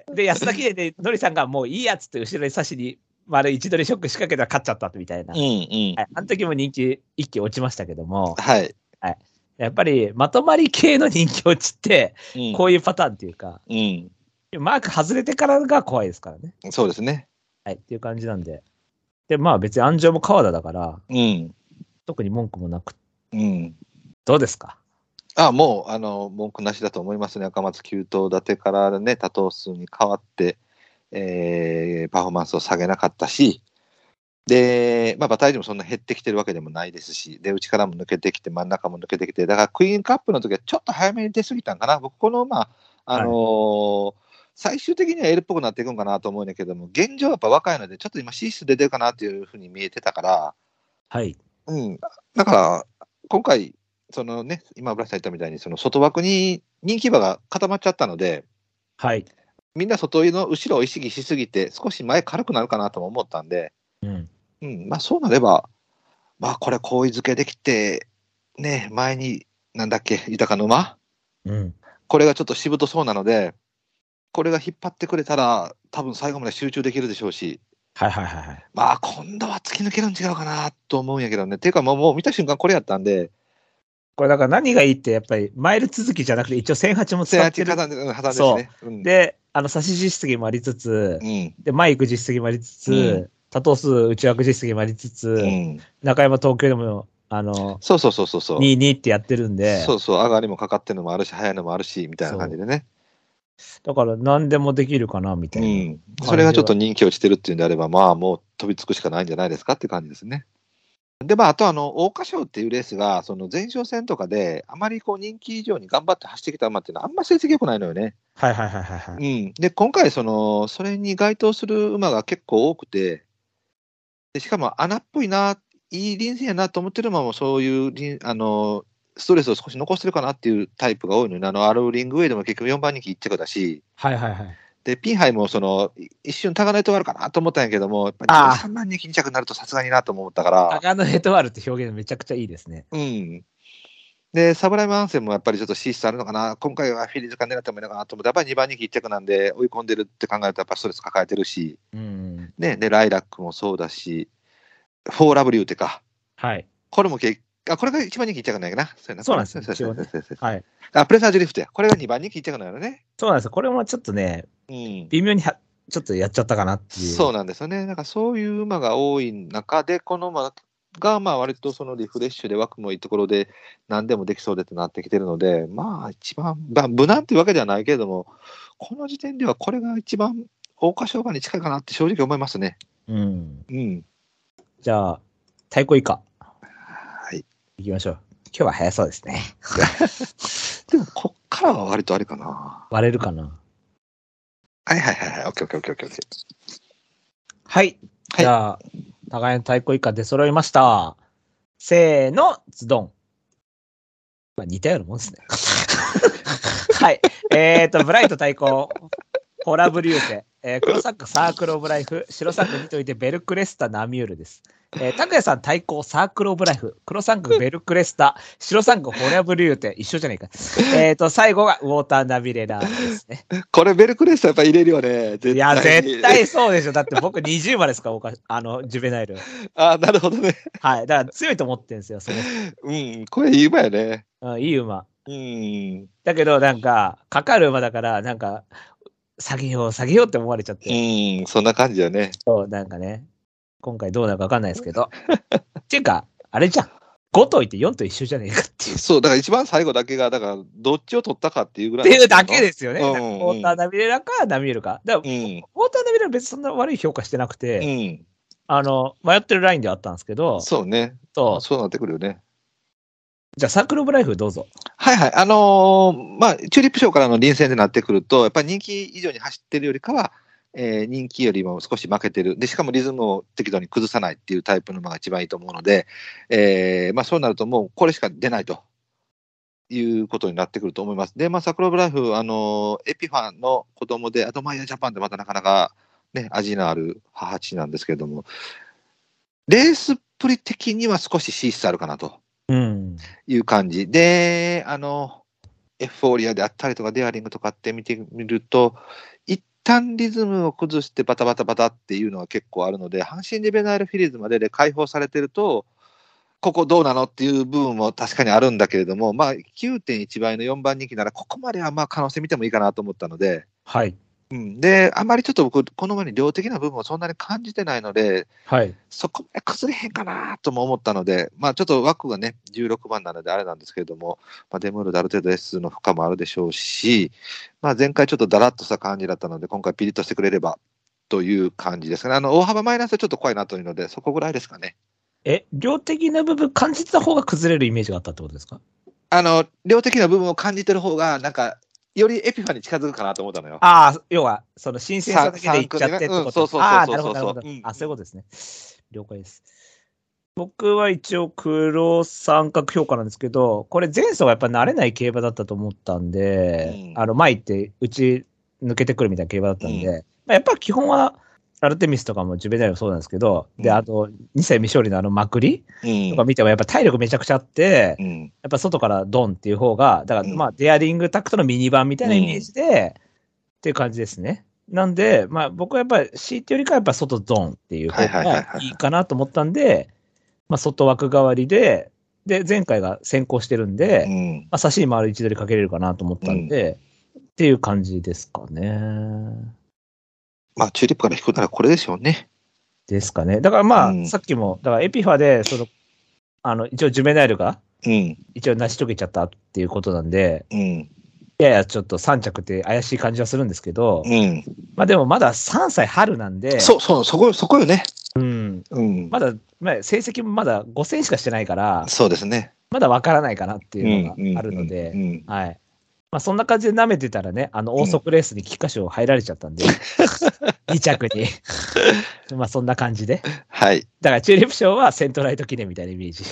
で、安田記念でノリさんがもういいやつって後ろに差しに、丸一度でショック仕掛けたら勝っちゃったみたいな。 うん。うんはい。あの時も人気一気落ちましたけども、 はい。 やっぱりまとまり系の人気落ちって、 うんこういうパターンっていうか、 うん。 マーク外れてからが怖いですからね。 そうですね。 はい。っていう感じなんで。で、まあ別に安城も川田だから、 うん。 特に文句もなく、 うん。 どうですか？ あ、もう、あの、文句なしだと思いますね。赤松九頭立てからね、多頭数に変わって、えー、パフォーマンスを下げなかったし、で、まあ、馬体重もそんな減ってきてるわけでもないですし、で、内からも抜けてきて、真ん中も抜けてきて、だからクイーンカップの時はちょっと早めに出過ぎたんかな。僕、この、まあ、あのー最終的には L っぽくなっていくんかなと思うんだけども、現状はやっぱ若いので、ちょっと今 シー 数出てるかなっていうふうに見えてたから、 はい。 うん。だから、今回、そのね、今、ブラスさん言ったみたいに、その外枠に人気馬が固まっちゃったので、 はい。 みんな外の後ろを意識しすぎて、少し前軽くなるかなとも思ったんで、 うん。 うん、まあそうなれば、まあこれ、好位付けできて、ね、前に、なんだっけ、豊かの馬うん。 これがちょっとしぶとそうなので、これが引っ張ってくれたら、多分最後まで集中できるでしょうし、 はいはいはいはい。 まあ今度は突き抜けるん違うかなと思うんやけどね。っていうかもう、もう見た瞬間これやったんで、 これだから何がいいって、やっぱりマイル続きじゃなくて、一応せんはちも使ってる。 挟んで、うん、挟んでですね。うん、 で、あの、差し実績もありつつ、 うん、 で、マイク実績もありつつ、 うん多頭数内枠実績もありつつ、 うん。 中山東京でも、あの、 そうそうそうそうそう。 にじゅうにってやってるんで、 そうそう、上がりもかかってるのもあるし、速いのもあるし、みたいな感じでね。 だから何でもできるかな、みうたいな。 ん。それがちょっと人気落ちてるっていうんであれば、まあもう飛びつくしかないんじゃないですかっていう感じですね。で、まあ、あとあの、桜花賞っていうレースが、その前哨戦とかで、あまりこう人気以上に頑張って走ってきた馬っていうのは、あんま成績良くないのよね。 はいはいはいはい、はい。 うん。で、今回、その、それに該当する馬が結構多くて、でしかも穴っぽいな、いい臨戦やなと思ってる馬も、そういうりん、あの、ストレスを少し残してるかなっていうタイプが多いのに、あの、アローリングウェイでも結局よんばん人気いっ着だし、 はいはいはい。 で、ピンハイもその、い一瞬タガノエトワールかなと思ったんやけども、やっぱりああじゅうさんばん人気に着になるとさすがになと思ったから、 タガノヘトワールって表現めちゃくちゃいいですね。 うん。で、サブライムアンセムもやっぱりちょっと資質あるのかな、今回はフィリーズか狙ってもいいのかなと思って、やっぱりにばん人気いっ着なんで、追い込んでるって考えると、やっぱストレス抱えてるし、 うん。 ね、で、ライラックもそうだし、フォーラブリューってか、 はい。 これもけあ、これがいちばん人気いっ着なんやな。そうやなそうなんですよそうそうそうそうそうはい。 あ、プレサージュリフトや。これがにばん人気いっ着なんやろね。 そうなんですよ。これもちょっとね、 うん。 微妙にはちょっとやっちゃったかなっていう。 そうなんですよね。なんかそういう馬が多い中で、この馬がまあ割とそのリフレッシュで枠もいいところで何でもできそうでってなってきてるので、まあ一番、まあ、無難っていうわけではないけれども、この時点ではこれが一番桜花賞馬に近いかなって正直思いますね。 うん。 うん。 じゃあ、太鼓以下。 はい。 行きましょう。今日は早そうですね。 でもこっからは割とあれかな。 割れるかな。 はいはいはいはい。オッケーオッケーオッケーオッケー。 はい。 はいじゃあ、互いの太鼓以下出揃いました。せーの、ズドン。まあ、似たようなもんですね。はい。えーと、ブライト対抗、ホラブリューテ、えー、黒サックサークルオブライフ、白サックにといてベルクレスタナミュールです。えー、拓也さん対抗サークルオブライフ、黒サンクベルクレスタ、白サンクホラブリューテ、一緒じゃないか。えーと、最後がウォーターナビレラーですね。 これベルクレストやっぱ入れるよね。絶対いや、絶対そうでしょ。だって僕にじゅうまでですか、おかあの、ジュベナイル。 ああ、なるほどね。 はい。だから強いと思ってるんですよ、それ。 うん、これいい馬やね。 うん、いい馬。 うん。 だけど、なんか、かかる馬だから、なんか、下げよう、下げようって思われちゃって。 うん、そんな感じよね。 そう、なんかね。今回どうなるかわかんないですけど。っていうか、あれじゃん。 ごといてよんと一緒じゃねえかっていう。 そう、だから一番最後だけが、だから、どっちを取ったかっていうぐらい。 っていうだけですよね。 うんうん、 ウォーターナビレラかナミエルか。だから、うん、ウォーターナビレラ別にそんな悪い評価してなくて、うん、あの、迷ってるラインではあったんですけど。 そうね。 そう。 そうなってくるよね。 じゃあ、サークルオブライフどうぞ。 はいはい。あのー、まあ、チューリップ賞からの臨戦でなってくると、やっぱり人気以上に走ってるよりかは、えー、人気よりも少し負けてる。で、しかもリズムを適度に崩さないっていうタイプの馬が一番いいと思うので、えー、まあそうなるともうこれしか出ないということになってくると思います。で、まあサクロブライフ、あのー、エピファンの子供で、アドマイヤージャパンでまたなかなかね、味のある母父なんですけれども、レースっぷり的には少し資質あるかなという感じ。うん、で、あの、エフフォーリアであったりとか、デアリングとかって見てみると、一旦リズムを崩してバタバタバタっていうのが結構あるので、阪神ジュベナイルフィリーズまでで解放されてると、ここどうなのっていう部分も確かにあるんだけれども、まあ、きゅうてんいち 倍のよんばん人気なら、ここまではまあ可能性見てもいいかなと思ったので、 はい。 うん、で、あまりちょっと僕、この馬に量的な部分をそんなに感じてないので、 はい、 そこまで崩れへんかなとも思ったので、まあ、ちょっと枠がね、じゅうろくばんなのであれなんですけれども、まあ、デムールである程度 S の負荷もあるでしょうし、まあ、前回ちょっとだらっとした感じだったので、今回ピリッとしてくれればという感じですかね。あの大幅マイナスはちょっと怖いなというので、そこぐらいですかね。 え、量的な部分感じてた方が崩れるイメージがあったってことですか？ あの、量的な部分を感じてる方が、なんか、よりエピファに近づくかなと思ったのよ。 ああ、要は、その新鮮さだけでいっちゃってってことです。 そうそうそうそう。 ああ、なるほど、なるほど。あ、そういうことですね。了解です。僕は一応黒三角評価なんですけど、これ前走はやっぱ慣れない競馬だったと思ったんで、うん、あの前ってうち抜けてくるみたいな競馬だったんで、うん、まあ、やっぱ基本はアルテミスとかもジュベナイルもそうなんですけど、うん、で、あとにさい未勝利のあのまくりとか見てもやっぱ体力めちゃくちゃあって、うん、やっぱ外からドンっていう方が、だからまあデアリングタクトのミニ版みたいなイメージで、うん、っていう感じですね。なんで、まあ僕はやっぱり シー ってよりかはやっぱ外ドンっていう方がいいかなと思ったんで、まあ外枠代わりで、で、前回が先行してるんで、うん、まあ差しに回る位置取りかけれるかなと思ったんで、うん、っていう感じですかね。 まあチューリップから引くならこれでしょうね。 ですかね。だからまあ、うん、さっきも、だからエピファで、その、あの、一応ジュベナイルが、うん、一応成し遂げちゃったっていうことなんで、うん、ややちょっとさん着って怪しい感じはするんですけど、うん、まあでもまださんさい春なんで、 そうそう、そこ、そこよね。 うん。うん、まだ、まあ、成績もまだご戦しかしてないから、 そうですね。 まだわからないかなっていうのがあるので、はい。まあそんな感じで舐めてたらね、あの大速レースに菊花賞入られちゃったんで、うん、に着に。まあそんな感じで。 はい。 だからチューリップ賞はセントライト記念みたいなイメージ。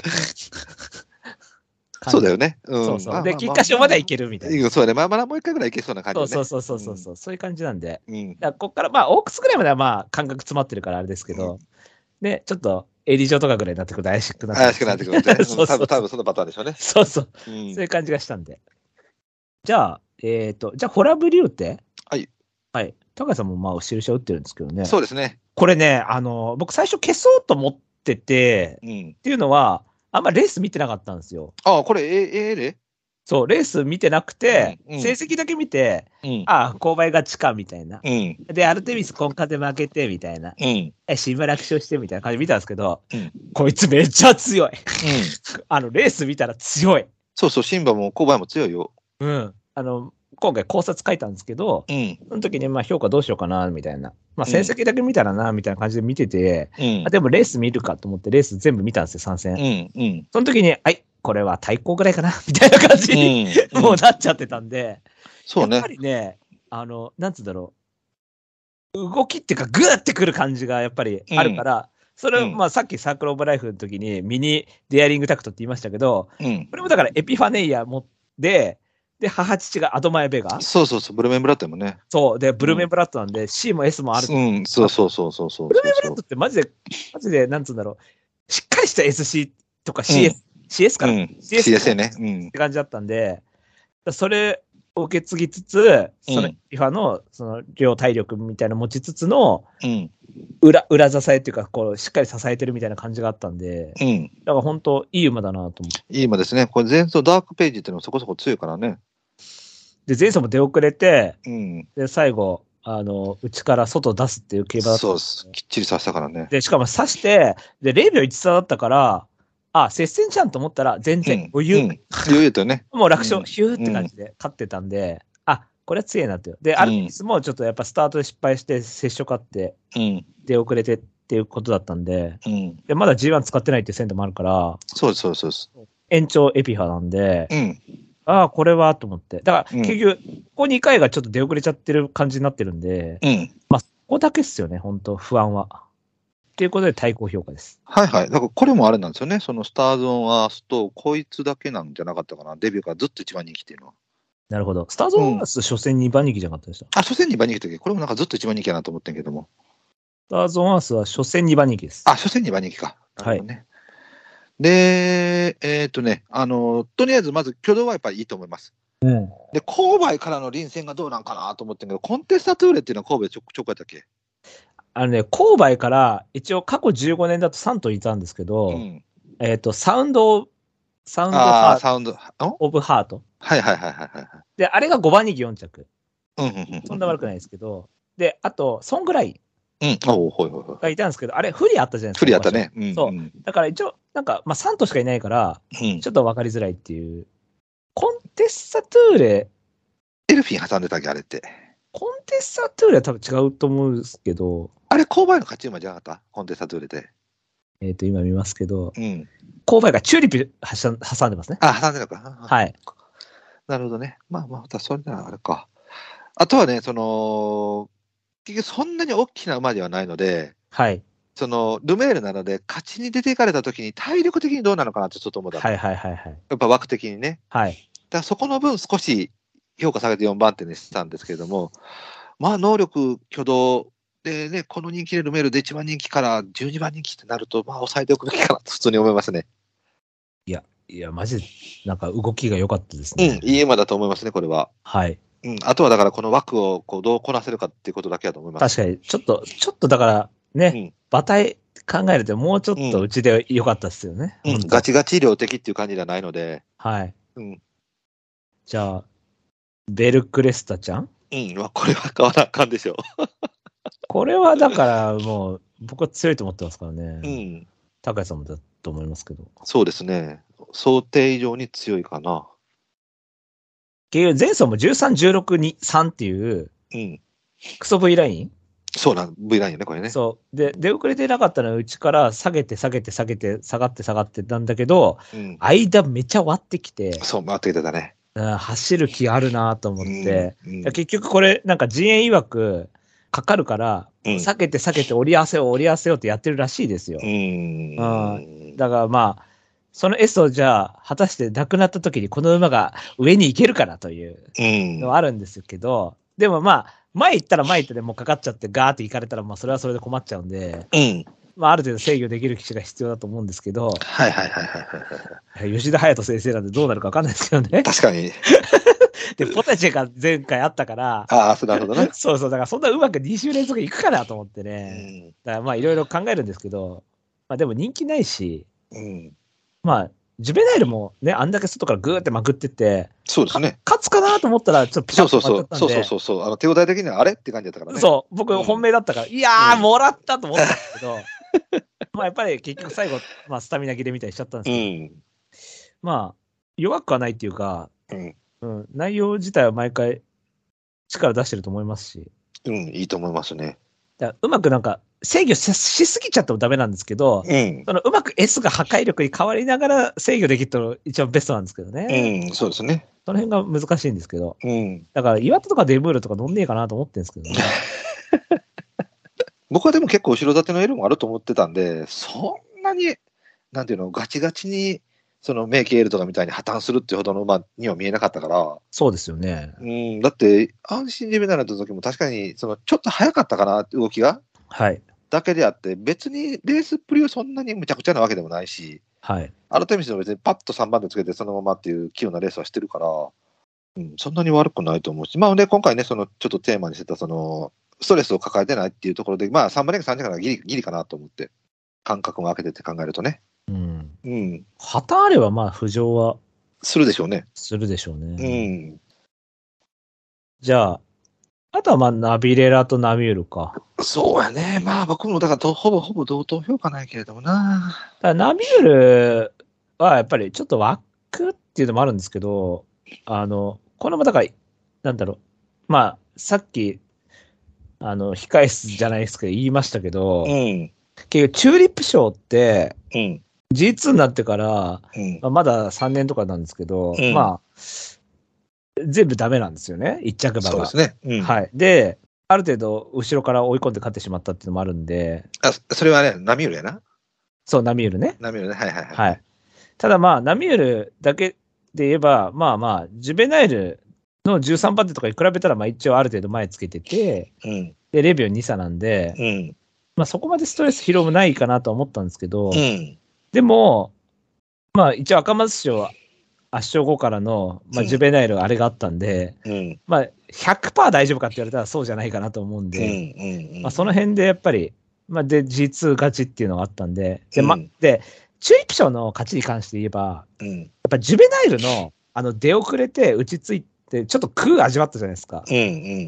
そうだよね。 うん、そうそう。で、菊花賞までいけるみたいな。 そうだね。まあまだもう一回ぐらいいけそうな感じ、ね。 そうそうそうそうそう、うん。そういう感じなんで。うん、だここからまあオークスぐらいまではまあ感覚詰まってるからあれですけど、うん、で、ちょっとエリ場とかぐらいになってくると怪しくなってくる。 怪しくなってくるね。そうそう。多分、多分そのパターンでしょうね。 そうそう。うん、そういう感じがしたんで。じゃあ、えっ、ー、と、じゃあ、フォラブリューテはい。 はい。高橋さんもまあ、印を打ってるんですけどね。 そうですね。 これね、あの、僕最初消そうと思ってて、うん、っていうのは、あんまレース見てなかったんですよ。 ああ、これ、え、えでそう、レース見てなくて、うんうん、成績だけ見て、うん、ああ、勾配が地か、みたいな、うん。で、アルテミス今回で負けて、みたいな。うん、え、新村楽勝して、みたいな感じで見たんですけど、うん、こいつめっちゃ強い。うん、あの、レース見たら強い。 そうそう、シンバも勾配も強いよ。 うん。あの、今回考察書いたんですけど、うん、その時にまあ評価どうしようかな、みたいな。まあ成績だけ見たらな、みたいな感じで見てて、うん、あでもレース見るかと思ってレース全部見たんですよ、参戦。うんうん、その時に、はい、これは対抗ぐらいかな、みたいな感じに、うん、もうなっちゃってたんで、そうね。やっぱりね、あの、なんつうんだろう、動きっていうかグーってくる感じがやっぱりあるから、うん、それを、まあさっきサークルオブライフの時にミニデアリングタクトって言いましたけど、うん、これもだからエピファネイア持って、で、母父がアドマイベガ。 そうそうそう、ブルメンブラッドもね。 そう。で、ブルメンブラッドなんで、うん、C も S もある。 うん、そうそうそうそうそう。 ブルメンブラッドってマジで、マジで、なんつうんだろう。しっかりした エスシー とか シーエス、うん、シーエス かな、うん、 シーエス ね。うん。 って感じだったんで、それを受け継ぎつつ、その、イファの、その、両体力みたいなの持ちつつの、うん。裏、裏支えっていうか、こう、しっかり支えてるみたいな感じがあったんで、うん。だから本当、いい馬だなと思って。 いい馬ですね。これ前走ダークページっていうのもそこそこ強いからね。 で、前走も出遅れて、うん、で、最後、あの、内から外出すっていう競馬だった。 そうです。きっちり刺したからね。 で、しかも刺して、で、ゼロびょういち差だったから、 あ、接戦じゃんと思ったら、全然余裕。 うんうん、余裕とね。 もう楽勝、ヒューって感じで勝ってたんで、うん、あ、これは強いなって。で、アルテミスもちょっとやっぱスタートで失敗して接触あって、うん、出遅れてっていうことだったんで、うん、でまだ ジーワン 使ってないっていう線でもあるから、 そうです、そうです。 延長エピファなんで、うん、ああ、これはと思って。だから、結局、ここにかいがちょっと出遅れちゃってる感じになってるんで、うん、まあ、ここだけっすよね、本当不安は。っていうことで対抗評価です。 はいはい。だからこれもあれなんですよね。そのスターズ・オン・アースと、こいつだけなんじゃなかったかな。デビューからずっと一番人気っていうのは。 なるほど。スターズ・オン・アース、初戦にばん人気じゃなかったでした。 あ、初戦にばん人気だっけ？これもなんかずっと一番人気やなと思ってんけども。 スターズ・オン・アースは初戦にばん人気です。 あ、初戦にばん人気か。 はい。 で、えっ、ー、とね、あの、とりあえずまず挙動はやっぱりいいと思います。うん。で、勾配からの臨戦がどうなんかなと思ってんけど、コンテスタトゥーレっていうのは神戸ちょちょこやったっけ？ あのね、勾配から一応過去じゅうごねんだとさん頭いたんですけど、うん、えっ、ー、と、サウンド、サウンドハート。 サウンド、 オブハート。 はいはいはいはいはい。 で、あれがごばん人気よん着。 うんうんうん。 そんな悪くないですけど、で、あと、ソングライン。うん、おほいほいほい。 がいたんですけど、あれ、不利あったじゃないですか。 不利あったね。 うんうん、そう。だから一応、なんか、まあ、さん頭しかいないから、うん、ちょっと分かりづらいっていう。コンテッサトゥーレ。 エルフィン挟んでたっけ、あれって。 コンテッサトゥーレは多分違うと思うんですけど。 あれ、勾配の勝ち馬じゃなかったコンテッサトゥーレで。 えっ、ー、と、今見ますけど、うん、勾配がチューリップ挟んでますね。 あ、挟んでるか。 はい。 なるほどね。まあまあ、またそれならあれか。あとはね、その、結局そんなに大きな馬ではないので、 はい。 その、ルメールなので、勝ちに出ていかれたときに体力的にどうなのかなってちょっと思った。 はいはいはいはい。 やっぱ枠的にね。 はい。 だからそこの分少し評価下げてよんばん手にしたんですけれども、まあ能力、挙動でね、この人気でルメールでいちばん人気からじゅうにばん人気ってなると、まあ抑えておくべきかなと普通に思いますね。 いや、いや、マジで、なんか動きが良かったですね。 うん、いい馬だと思いますね、これは。 はい。 うん、あとはだからこの枠をこうどうこなせるかっていうことだけだと思います。 確かに、ちょっと、ちょっとだからね、うん、馬体考えるともうちょっとうちで良かったですよね。 うん、ガチガチ量的っていう感じではないので。 はい。 うん。 じゃあ、ベルクレスタちゃん？ うん、まあ、これは買わなあかんでしょう。 これはだからもう、僕は強いと思ってますからね。 うん。 高谷さんもだと思いますけど。 そうですね。想定以上に強いかな。 結局前走もじゅうさん、じゅうろく、に、さんっていう、うん、クソ V ライン？ そうなん、V ラインよね、これね。 そう。で、出遅れてなかったのはうちから下げて下げて下げて下がって下がってなんだけど、うん、間めっちゃ割ってきて。 そう、回ってきてたね。 走る気あるなと思って、うんうん、結局これなんか陣営曰くかかるから、うん、避けて避けて折り合わせよう折り合わせようってやってるらしいですよ。うん、うん、だからまあ、その S をじゃあ果たしてなくなった時にこの馬が上に行けるかなというのはあるんですけど、うん、でもまあ、前行ったら前行ってでもかかっちゃってガーって行かれたらまあそれはそれで困っちゃうんで、うん、まあある程度制御できる騎士が必要だと思うんですけど、 はいはいはいはい。 吉田隼人先生なんでどうなるか分かんないですけどね。 確かに。 で、ポテチェが前回あったから、 ああ、そうなるほどね。 そうそう、だからそんなうまくに週連続いくかなと思ってね。うん、だからまあいろいろ考えるんですけど、まあでも人気ないし、うん、まあ、ジュベナイルもね、あんだけ外からグーってまくってって、 そうですね。 勝つかなと思ったら、ちょっとピタッと止まっちゃったんで。そうそうそう。そうそうそう。あの、手応え的にはあれって感じだったからね。 そう。僕、本命だったから、うん、いやー、もらったと思ったんですけど、まあやっぱり結局最後、まあスタミナ切れみたいにしちゃったんですけど、うん、まあ、弱くはないっていうか、うんうん、内容自体は毎回力出してると思いますし。 うん、いいと思いますね。 だうまくなんか制御 し, しすぎちゃってもダメなんですけど、うん、そのうまく S が破壊力に変わりながら制御できると一番ベストなんですけどね。 うん、そうですね。 その辺が難しいんですけど。うん、だから岩田とかデブールとか飲んねえかなと思ってるんですけどね。 僕はでも結構後ろ盾の L もあると思ってたんで、そんなに、なんていうの、ガチガチに、そのメイケールとかみたいに破綻するっていうほどの馬には見えなかったから。 そうですよね。 うん、だって、安心ジェベナルの時も確かに、そのちょっと早かったかな、動きが。 はい。 だけであって、別にレースっぷりはそんなにむちゃくちゃなわけでもないし、 はい。 アルテミスも別にパッとさんばんでつけてそのままっていう器用なレースはしてるから、うん、そんなに悪くないと思うし、まあね、今回ね、そのちょっとテーマにしてた、その、ストレスを抱えてないっていうところで、まあさんばんレンクさんじからギリギリかなと思って、感覚も開けてって考えるとね。うん。うん。 破綻あれば、まあ、浮上は。 するでしょうね。 するでしょうね。 うん。 じゃあ、あとはまあ、ナビレラとナミュールか。 そうやね。まあ僕もだからほぼほぼ同等評価ないけれどもな。 だナミュールはやっぱりちょっと枠っていうのもあるんですけど、あの、これもだから、なんだろう、まあ、さっき、あの、控え室じゃないですけど言いましたけど、 うん。 結局チューリップ賞って、 うん。 ジーツー になってから、 うんまあ、まださんねんとかなんですけど、 うんまあ、全部ダメなんですよね、一着馬が。 そうですね。うん、 はい。で、ある程度後ろから追い込んで勝ってしまったっていうのもあるんで。 あ、それはね、ナミュールやな。 そう、ナミュールね。 ナミュールね。はいはいはい。 はい。ただまあ、ナミュールだけで言えば、まあまあ、ジュベナイルのじゅうさんばん手とかに比べたら、まあ一応ある程度前つけてて、 うん、で、 レビオンに差なんで、 うん、 まあそこまでストレス疲労もないかなと思ったんですけど、 うん、 でも、まあ一応赤松賞圧勝後からの、まあ、ジュベナイルあれがあったんで、 うん、 まあ ひゃくパーセント 大丈夫かって言われたらそうじゃないかなと思うんで、 うんうん、 まあ、その辺でやっぱり、まあ、で ジーツー 勝ちっていうのがあったんで、で、ま、 うんでチューリップ賞の勝ちに関して言えば、 うん、 やっぱジュベナイルのあの出遅れて打ちついて、ちょっと空味わったじゃないですか。 うんうん、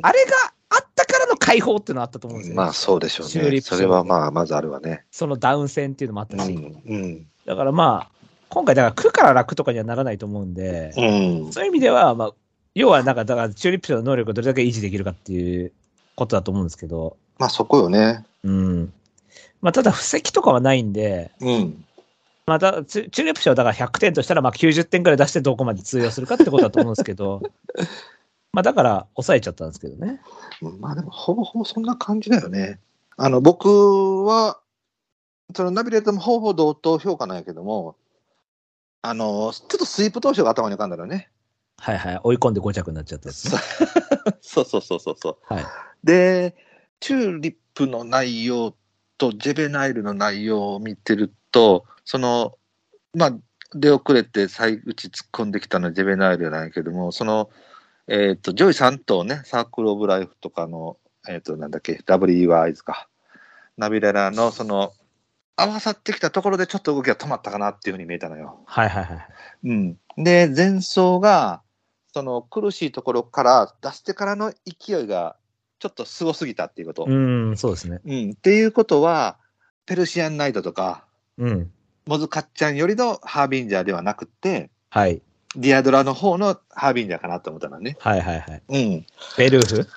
あれがあったからの解放っていうのがあったと思うんですよ、ね。 まあそうでしょうね。 チューリップ賞それはまあまずあるわね。 そのダウン戦っていうのもあったし、 うんうん、 だからまあ、今回だから空から楽とかにはならないと思うんで、 うん、 そういう意味では、まあ、要はなんか、だからチューリップ賞の能力をどれだけ維持できるかっていうことだと思うんですけど。 まあそこよね。 うん。まあただ、布石とかはないんで、 うん。 まあだチューリップ賞だからひゃくてんとしたら、まあきゅうじゅってんくらい出してどこまで通用するかってことだと思うんですけど、まあだから抑えちゃったんですけどね。 まあでも、ほぼほぼそんな感じだよね。あの、僕は、そのナビレーターもほぼ同等評価なんやけども、あの、ちょっとスイープ投手が頭に浮かんだよね。 はいはい。追い込んでご着になっちゃったやつ、ね。 そうそうそうそうそう。 はい。 で、チューリップの内容とジェベナイルの内容を見てると、その、まあ、出遅れて最内突っ込んできたのはジェベナイルなんやけども、その、えっ、ー、と、上位さん頭ね、サークルオブライフとかの、えっ、ー、と、なんだっけ、ダブリューイーワイズか、ナビレラの、その、合わさってきたところでちょっと動きが止まったかなっていうふうに見えたのよ。 はいはいはい。 うん。で、前走が、その苦しいところから出してからの勢いがちょっとすごすぎたっていうこと。 うん、そうですね。 うん。っていうことは、ペルシアンナイトとか、 うん。 モズカッチャンよりのハービンジャーではなくて、 はい。 ディアドラの方のハービンジャーかなと思ったのね。 はいはいはい。 うん。 ベルーフ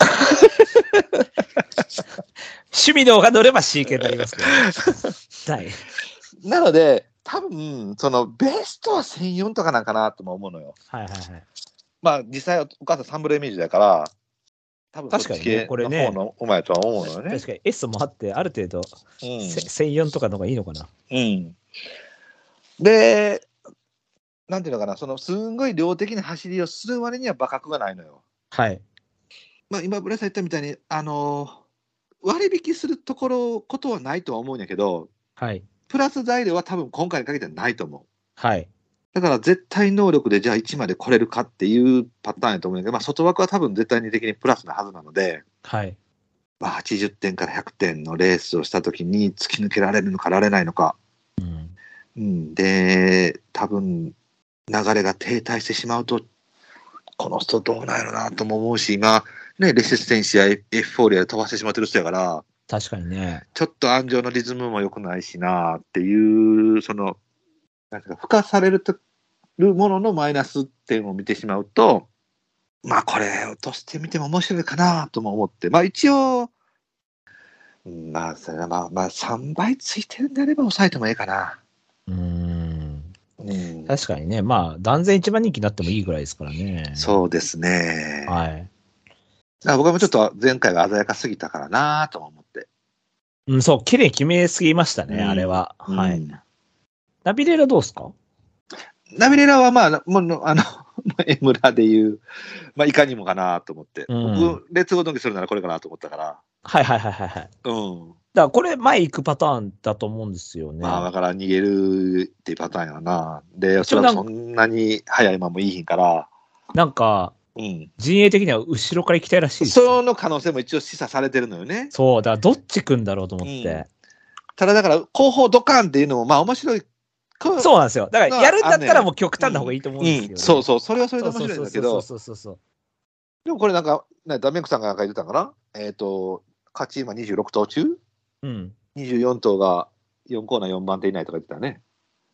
趣味の方が乗れば シーケー になりますけど、はい。 なので、多分、その、ベストはせんよんとかなんかなとも思うのよ。 はいはいはい。 まあ、実際、お母さんサンブレイメージだから、多分、 確かにね、これね、 の方のうまいとは思うのよね。 確かに S もあって、ある程度、うん、せんよんとかの方がいいのかな。 うん。で、なんていうのかな、その、すんごい量的な走りをする割には馬格がないのよ。 はい。 まあ、今、ブレさん言ったみたいに、あのー、割引するところ、ことはないとは思うんやけど、 はい。 プラス材料は多分今回にかけてはないと思う。 はい。 だから絶対能力でじゃあいちまで来れるかっていうパターンやと思うんだけど、まあ外枠は多分絶対に的にプラスなはずなので、 はい。 まあはちじゅってんからひゃくてんのレースをしたときに突き抜けられるのかられないのか。 うん。 うん、で、多分流れが停滞してしまうと、この人どうなんやろなとも思うし、今、ね、レシステンシやエフフォーリアで飛ばしてしまってる人やから、 確かにね。 ちょっと安城のリズムも良くないしなっていう、その、なんていうか、付加されるもののマイナス点を見てしまうと、まあこれ落としてみても面白いかなとも思って、まあ一応、まあそれはまあ、まあさんばいついてるんであれば抑えてもいいかな。 うーん。 うん、 確かにね、まあ断然一番人気になってもいいぐらいですからね。 そうですね。 はい。 僕はもうちょっと前回が鮮やかすぎたからなとも思って。 うん、そう、綺麗に決めすぎましたね、うん、あれは。はい。うん、ナビレラどうですか？ ナビレラはまあ、もう、あの、江村でいう、まあ、いかにもかなと思って。うん、僕、レッツゴードンキするならこれかなと思ったから。 はいはいはいはい。 うん。 だからこれ前行くパターンだと思うんですよね。 まあ、だから逃げるっていうパターンやな。で、それはそんなに速い馬もいいひんから。 なんか、うん、陣営的には後ろから行きたいらしいです、 ね。その可能性も一応示唆されてるのよね。 そう、だからどっち来んだろうと思って。うん、 ただだから後方ドカンっていうのもまあ面白い。 そうなんですよ。だからやるんだったらもう極端な方がいいと思うんですよ、ね。 うんうん、そうそう、それはそれで面白いんだけど。 そうそうそうそう。 でもこれなんか、ね、ダメンクさんが書いてたんかな。えっ、ー、と、勝ち馬にじゅうろく頭中、うん、にじゅうよん頭がよんコーナーよんばん手以内とか言ってたね。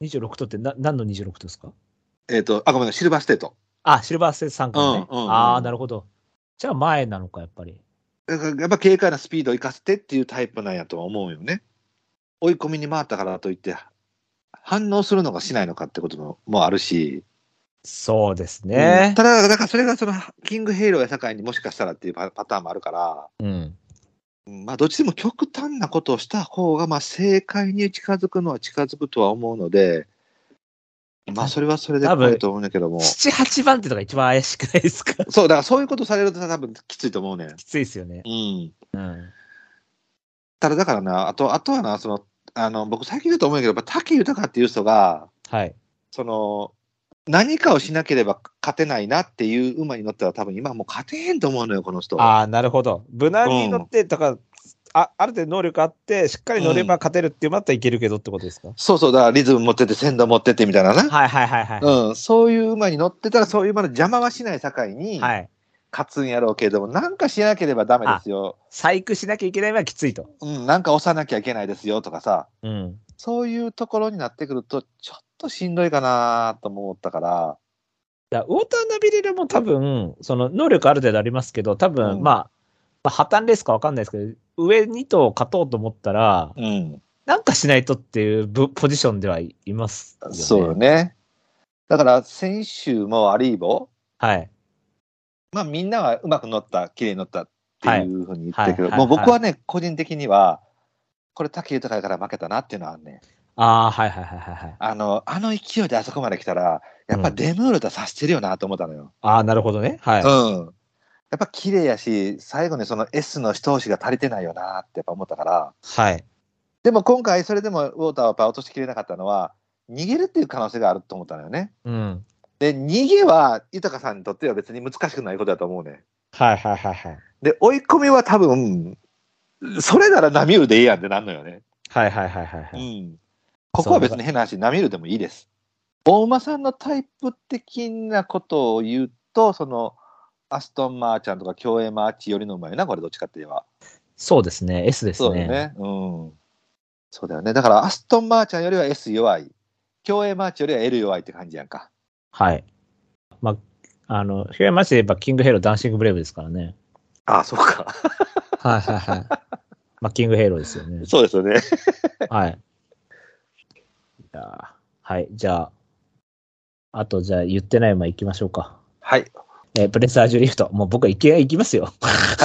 にじゅうろくとってな何のにじゅうろくとですか？ えっ、ー、と、あ、ごめんなさい、シルバーステート。 あ、シルバーステートさんかね。 うんうんうん、 ああ、なるほど。じゃあ前なのか、やっぱり。 やっぱ軽快なスピードを生かしてっていうタイプなんやとは思うよね。追い込みに回ったからといって、反応するのかしないのかってことももあるし。 そうですね。 うん、ただ、だからそれがその、キングヘイローや境にもしかしたらっていうパターンもあるから、 うん。 まあ、どっちでも極端なことをした方が、まあ、正解に近づくのは近づくとは思うので、まあ、それはそれで怖いと思うんだけども。 なな、はちばんってのが一番怪しくないですか？ そう、だからそういうことされると多分きついと思うね。 きついですよね。 うん。 うん。 ただ、だからな、あと、あとはな、その、あの、僕最近だと思うんだけど、やっぱ武豊っていう人が、 はい。 その、何かをしなければ勝てないなっていう馬に乗ったら多分今もう勝てへんと思うのよ、この人。 ああ、なるほど。無難に乗って、だから、あ、ある程度能力あって、しっかり乗れば勝てるっていう馬だったらいけるけどってことですか？うん、 そうそう、だからリズム持ってて、鮮度持っててみたいなな。 はいはいはいはい。 うん、そういう馬に乗ってたら、そういう馬の邪魔はしない境に、 はい。 勝つんやろうけれども、なんかしなければダメですよ。 細工しなきゃいけないのはきついと。 うん、なんか押さなきゃいけないですよとかさ。 うん。 そういうところになってくると、ちょっとしんどいかなと思ったから。 だウォーターナビレラも多分、その能力ある程度ありますけど、多分、うん、まあ、まあ、破綻レースか分かんないですけど、上に頭勝とうと思ったら、うん、なんかしないとっていうポジションではいますよね。 そうよね。だから、先週もアリーボ、 はい。 まあ、みんなはうまく乗った、綺麗に乗ったっていうふうに言ってるけど、はいはいはいはい、もう僕はね、個人的には、これ、武豊から負けたなっていうのはあるね。 ああ、はいはいはいはい。 あの、あの勢いであそこまで来たら、やっぱデムールとさしてるよなと思ったのよ。 うん、ああ、なるほどね。はい。 うん。やっぱ綺麗やし、最後にその S の一押しが足りてないよなってやっぱ思ったから。 はい。 でも今回それでもウォーターはやっぱ落としきれなかったのは、逃げるっていう可能性があると思ったのよね。 うん。 で、逃げは豊さんにとっては別に難しくないことだと思うね。 はいはいはいはい。 で、追い込みは多分、それならナミュールでいいやんってなんのよね。 はいはいはいはい、はい。 うん。ここは別に変な話、ナミュールでもいいです。大馬さんのタイプ的なことを言うと、その、アストンマーチャンとか競泳マーチよりの馬よな、これどっちかって言えば。 そうですね、S ですね。 そうだよね。うん。そうだよね。だからアストンマーチャンよりは S 弱い。競泳マーチよりは L 弱いって感じやんか。 はい。まあ、あの、競泳マーチで言えばキングヘイローダンシングブレイブですからね。 ああ、そうか。 はいはいはい。まあ、キングヘイローですよね。 そうですよね。 はい。じゃあ、はい。じゃあ、あとじゃあ言ってない馬行きましょうか。 はい。 えー、プレスアージュリフト。もう僕は行き、行きますよ。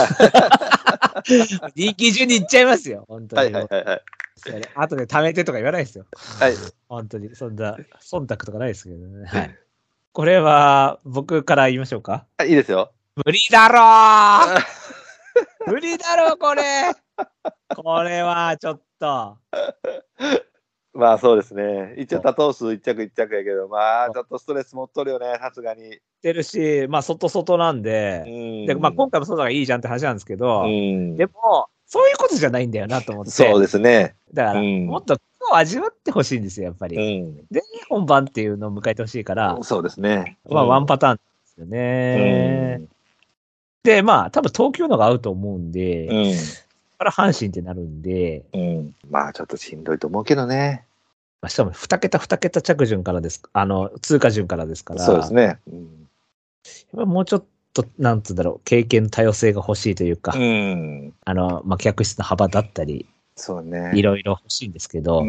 人気順に行っちゃいますよ。本当に。はいはいはい、はい。あとで貯めてとか言わないですよ。 はい。 本当に。そんな、忖度とかないですけどね。はい。これは、僕から言いましょうか。 はい、いいですよ。 無理だろー無理だろ、これこれは、ちょっと。 まあそうですね。一応多頭数一着一着やけど、まあちょっとストレス持っとるよね、さすがに。 てるし、まあ外外なんで、でまあ今回もそうだからいいじゃんって話なんですけど、でも、そういうことじゃないんだよなと思って。 そうですね。 だから、もっと味わってほしいんですよ、やっぱり。うん、で、本番っていうのを迎えてほしいから、 そうですね。 まあワンパターンですよね。うん、で、まあ多分東京のが合うと思うんで、うん、から阪神ってなるんで、 うん、まあちょっとしんどいと思うけどね。 しかもに桁に桁着順からです、あの、通過順からですから。 そうですね。うん、 もうちょっと、なんつうんだろう、経験多様性が欲しいというか、うん、あの、まあ、客室の幅だったり、 そうね。 いろいろ欲しいんですけど。 うん。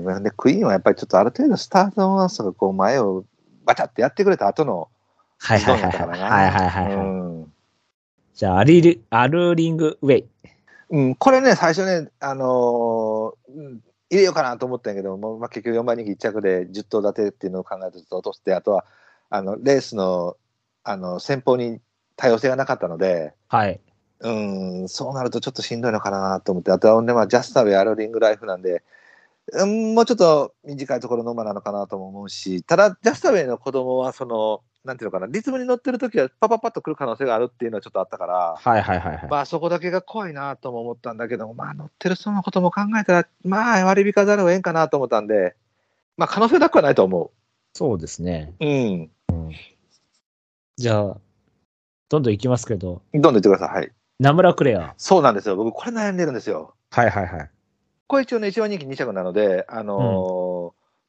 で、クイーンはやっぱりちょっとある程度スタートのそのこう前をバチャってやってくれた後の、 はいはいはいはい。はいはいはい、はいうん。じゃあ、アリル、アルリングウェイ。 うん、これね、最初ね、あのー、うん入れようかなと思ったんやけども、まあ、結局よんばい人気いっ着でじゅっ頭立てっていうのを考えると落として、あとはあのレースのあの先方に多様性がなかったので、 はい、 うんそうなるとちょっとしんどいのかなと思って、あとは、ねまあ、ジャスタウェイ、アルリングライフなんで、うん、もうちょっと短いところの馬なのかなとも思うし、ただ、ジャスタウェイの子供はその、なんていうのかな、リズムに乗ってるときはパパパッと来る可能性があるっていうのはちょっとあったから、 はいはいはいはい、 まあそこだけが怖いなとも思ったんだけど、まあ乗ってる人のことも考えたら、まあ割り引かざるをえんかなと思ったんで、まあ可能性なくはないと思う。 そうですね。 うん。うん、 じゃあ、どんどんいきますけど。 どんどんいってください。はい。 ナムラクレア。 そうなんですよ。僕これ悩んでるんですよ。 はいはいはい。 これ一応ね、一番人気に着なので、あのーうん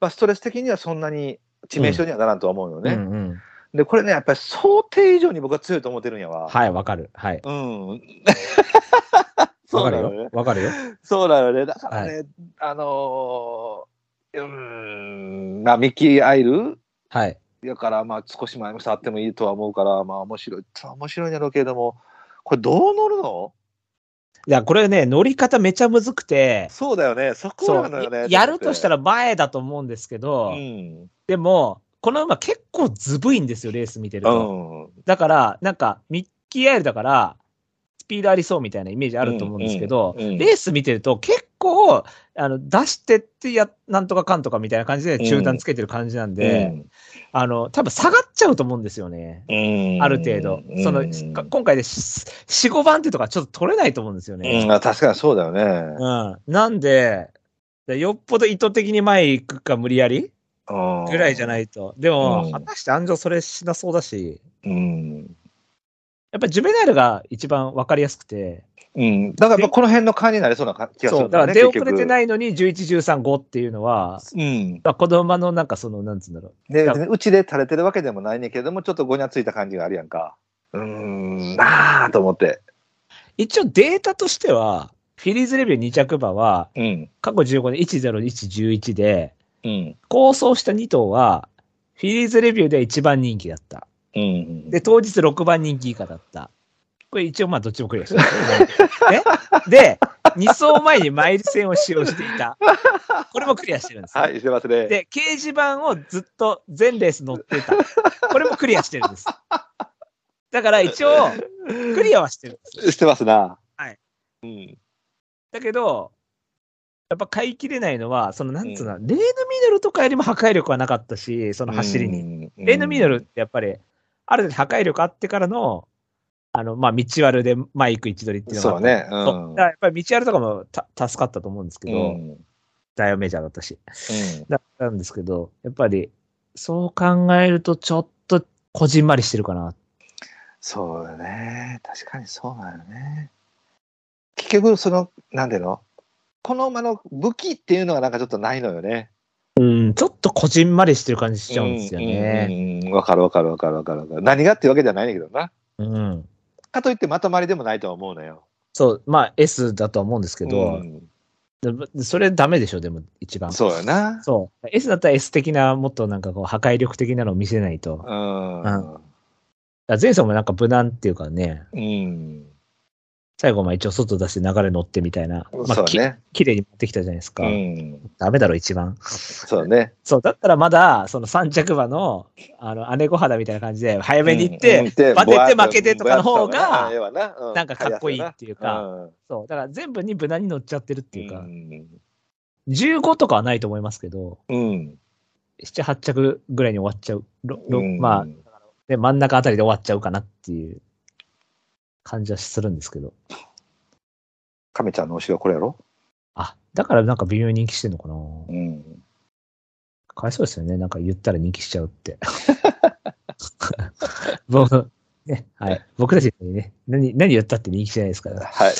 まあ、ストレス的にはそんなに致命傷にはならんとは思うよね。 うんうん、 で、これね、やっぱり想定以上に僕は強いと思ってるんやわ。 はい、わかる。はい。 うん。 わかるよ。わかるよ。 そうだよね。だからね、はい、あのー、うーん、まあ、ミッキー・アイルはい。 だから、まあ、少し前も触ってもいいとは思うから、まあ、面白い。面白いんだろうけれども、これどう乗るの？ いや、これね、乗り方めちゃむずくて。 そうだよね。そこなのよね。 やるとしたら前だと思うんですけど、うん、でも、この馬結構ずぶいんですよ、レース見てると。うん、だから、なんか、ミッキー・アイルだから、スピードありそうみたいなイメージあると思うんですけど、うんうんうん、レース見てると結構、あの、出してってや、なんとかかんとかみたいな感じで中段つけてる感じなんで、うん、あの、多分下がっちゃうと思うんですよね。うん、ある程度。その、今回でよん、ごばんってとかちょっと取れないと思うんですよね。 うん、確かにそうだよね。 うん。なんで、よっぽど意図的に前行くか無理やりぐらいじゃないと。でも、うん、果たして安城それしなそうだし、うん、やっぱりジュベナイルが一番わかりやすくて、 うん。だからこの辺の感になりそうな気がする、ね。そう。 だから出遅れてないのにじゅういち、じゅうさん、ごっていうのは、うん。子供のなんかその、なんつうんだろう。 で、うちで垂れてるわけでもないねんけども、ちょっとごにゃついた感じがあるやんか。うーん、なぁと思って。 一応データとしては、フィリーズレビューに着馬は、うん、過去じゅうごねんいちゼロ、いちじゅういちで、うん、構想したに頭は、フィリーズレビューで一番人気だった。うん、で、当日ろくばん人気以下だった。これ一応まあどっちもクリアしてる。ね、で、に走前にマイル戦を使用していた。これもクリアしてるんですよ。 はい、してますね。 で、掲示板をずっと全レース乗ってた。これもクリアしてるんです。だから一応、クリアはしてるんですよ。 してますな。 はい。うん。だけど、やっぱ買い切れないのは、そのなんつうの、うん、レーヌ・ミノルとかよりも破壊力はなかったし、その走りに。うん、レーヌ・ミノルってやっぱり、ある程度破壊力あってからの、あの、まあ、道悪でマイク一取りっていうのが。 そうね。うん。 そうだからやっぱり道悪とかもた助かったと思うんですけど、うん、ダイオメジャーだったし。うん。だったんですけど、やっぱり、そう考えるとちょっとこじんまりしてるかな。 そうだね。確かにそうなのね。結局、その、なんでのこの馬の武器っていうのがなんかちょっとないのよね。 うん、ちょっとこじんまりしてる感じしちゃうんですよね。 うん、わかるわかるわかるわかるわかる。何がっていうわけじゃないんだけどな。うん。かといってまとまりでもないとは思うのよ。 そう、まあ S だとは思うんですけど、うん、それダメでしょ、でも一番。 そうやな。 そう。S だったら S 的な、もっとなんかこう破壊力的なのを見せないと。うん。うん、前走もなんか無難っていうかね。うん。最後まあ一応外出して流れ乗ってみたいな。まあ、そうね。きれいに持ってきたじゃないですか。うん。ダメだろ、一番。 そうね。 そう、だったらまだ、そのさん着馬の、あの、姉御肌みたいな感じで、早めに行って、バテて負けてとかの方が、なんかかっこいいっていうか、そう、だから全部に無難に乗っちゃってるっていうか、じゅうごとかはないと思いますけど、うん。なな、はち着ぐらいに終わっちゃう。まあ、で、真ん中あたりで終わっちゃうかなっていう。感じはするんですけど。 亀ちゃんの推しはこれやろ？ あ、だからなんか微妙に人気してんのかな。うん。かわいそうですよね。なんか言ったら人気しちゃうって。僕、ね、はい。僕たちにね、何、何言ったって人気しないですから。はい。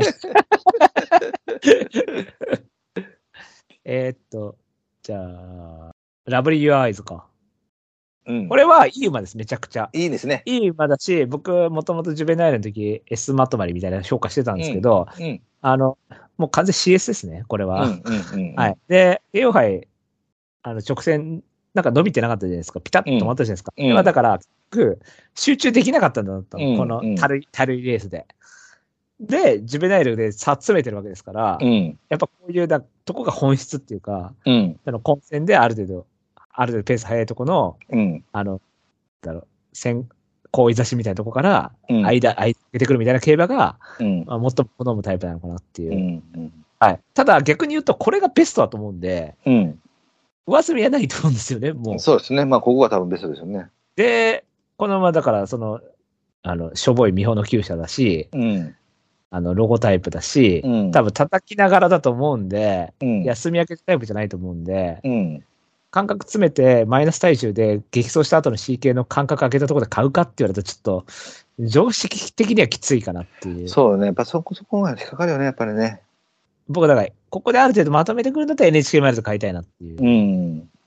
えっと、じゃあ、ラブリー・ユア・アイズか。うん、これはいい馬です、めちゃくちゃ。 いいですね。 いい馬だし、僕、もともとジュベナイルの時、S まとまりみたいな評価してたんですけど、うんうん、あの、もう完全 シーエス ですね、これは。うんうんうんうん、はい。で、エオハイ、あの、直線、なんか伸びてなかったじゃないですか。ピタッと止まったじゃないですか。うん、だから、集中できなかったんだと、うんうん、このたるい、たるいレースで。で、ジュベナイルで差詰めてるわけですから、うん、やっぱこういうだとこが本質っていうか、うん、あの混戦である程度、ある程度ペース速いとこの、うん、あの、だろう、先行為差しみたいなとこから、間、間、出てくるみたいな競馬が、うん、まあ、最も好むタイプなのかなっていう、うんうん。はい。ただ逆に言うと、これがベストだと思うんで、うん、上積みはないと思うんですよね、もう。 そうですね。まあ、ここが多分ベストですよね。 で、このままだから、その、あの、しょぼい見本の厩舎だし、うん、あの、ロゴタイプだし、うん、多分叩きながらだと思うんで、うん、休み明けタイプじゃないと思うんで、うん感覚詰めて、マイナス体重で激走した後の シーケー の感覚上げたところで買うかって言われると、ちょっと、常識的にはきついかなっていう。 そうね。やっぱそこそこが引っかかるよね、やっぱりね。 僕、だから、ここである程度まとめてくるんだったら エヌエイチケー マイルド買いたいなっていう。うん。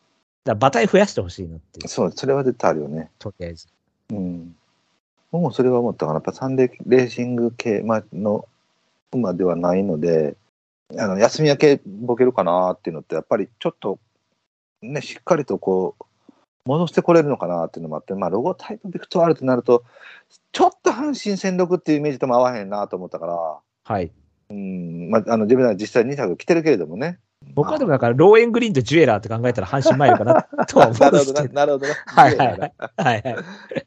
だ馬体増やしてほしいなっていう。 そう、それは絶対あるよね。 とりあえず。 うん。もうそれは思ったかな。やっぱサンデーレーシング系の馬ではないので、あの休み明けボケるかなっていうのって、やっぱりちょっと、ね、しっかりとこう、戻してこれるのかなっていうのもあって、まあ、ロゴタイプビクトワールとなると、ちょっと阪神戦力っていうイメージとも合わへんなと思ったから、 はい。 うん、まあ、あの自分は実際に着来てるけれどもね。 僕はでもだから、ローエングリーンとジュエラーって考えたら阪神マイルかなとは思うんですけど。 なるほどな、なるほどな。 はいはいはい。はいはい。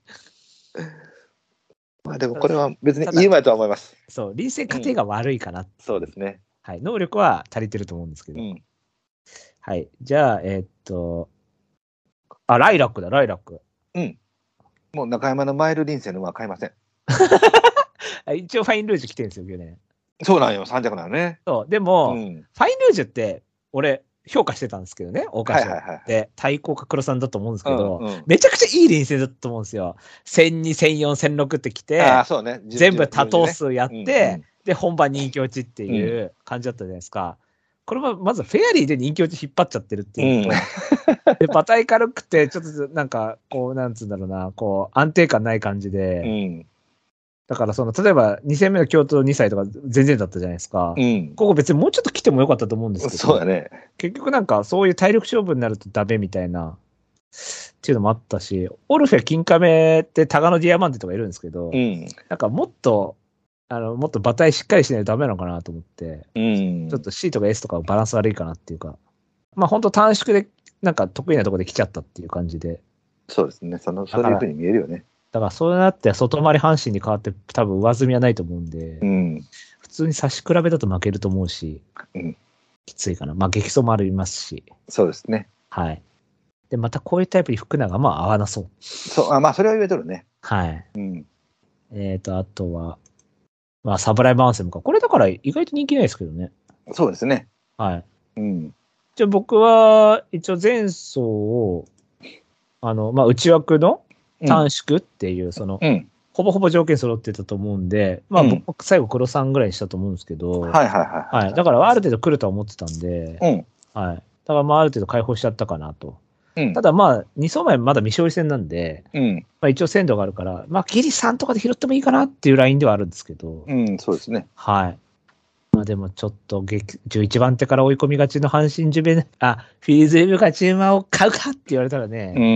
まあでもこれは別にいい馬とは思います。 そう、臨戦過程が悪いかな、うん。 そうですね。 はい。能力は足りてると思うんですけど。うん、はい。じゃあ、えー、っと、あ、ライラックだ、ライラック。 うん。もう中山のマイル臨戦の馬は買いません。 一応ファインルージュ来てるんですよ、去年。 そうなんよ、さん着なのね。 そう、でも、うん、ファインルージュって、俺、評価してたんですけどね、桜花賞、はいはいはい、で、対抗か黒さんだと思うんですけど、うんうん、めちゃくちゃいい臨戦だったと思うんですよ。せんに、せんよん、せんろくってきて、 あそうね、 全部多頭数やって、ねうんうん、で、本番人気落ちっていう感じだったじゃないですか。これはまずフェアリーで人気落ち引っ張っちゃってるっていうと、うん、で、馬体軽くて、ちょっとなんか、こう、なんつうんだろうな、こう、安定感ない感じで、うんだからその、例えばに戦目の京都にさいとか全然だったじゃないですか。うん、ここ別にもうちょっと来てもよかったと思うんですけど。 そうだね。 結局なんかそういう体力勝負になるとダメみたいな、っていうのもあったし、オルフェ金亀ってタガノディアマンテとかいるんですけど、うん、なんかもっと、あの、もっと馬体しっかりしないとダメなのかなと思って、うん、ちょっと C とか S とかバランス悪いかなっていうか、まあ本当短縮でなんか得意なところで来ちゃったっていう感じで。 そうですね。その、そういうふうに見えるよね。 だからそうなって外回り阪神に変わって多分上積みはないと思うんで、うん、普通に差し比べだと負けると思うし、うん、きついかな。まあ激走もありますし。 そうですね。 はい。で、またこういうタイプに福永がまあ合わなそう。 そう、あまあそれは言えとるね。 はい。うん、えっと、あとは、まあサブライブアンセムか。これだから意外と人気ないですけどね。 そうですね。 はい。うん。じゃあ僕は一応前走を、あの、まあ内枠の短縮っていう、その、うん、ほぼほぼ条件揃ってたと思うんで、まあ、うん、僕、最後黒さんぐらいにしたと思うんですけど、 はいはいはい。 はい。だから、ある程度来るとは思ってたんで、うん、はい。だから、まあ、ある程度解放しちゃったかなと。うん、ただ、まあ、に走前まだ未勝利戦なんで、うん、まあ、一応鮮度があるから、まあ、ギリさんとかで拾ってもいいかなっていうラインではあるんですけど、 うん、そうですね。 はい。まあ、でも、ちょっと、じゅういちばん手から追い込みがちの阪神ジュベナ、あ、フィリーズエブ勝ち馬を買うかって言われたらね、うん、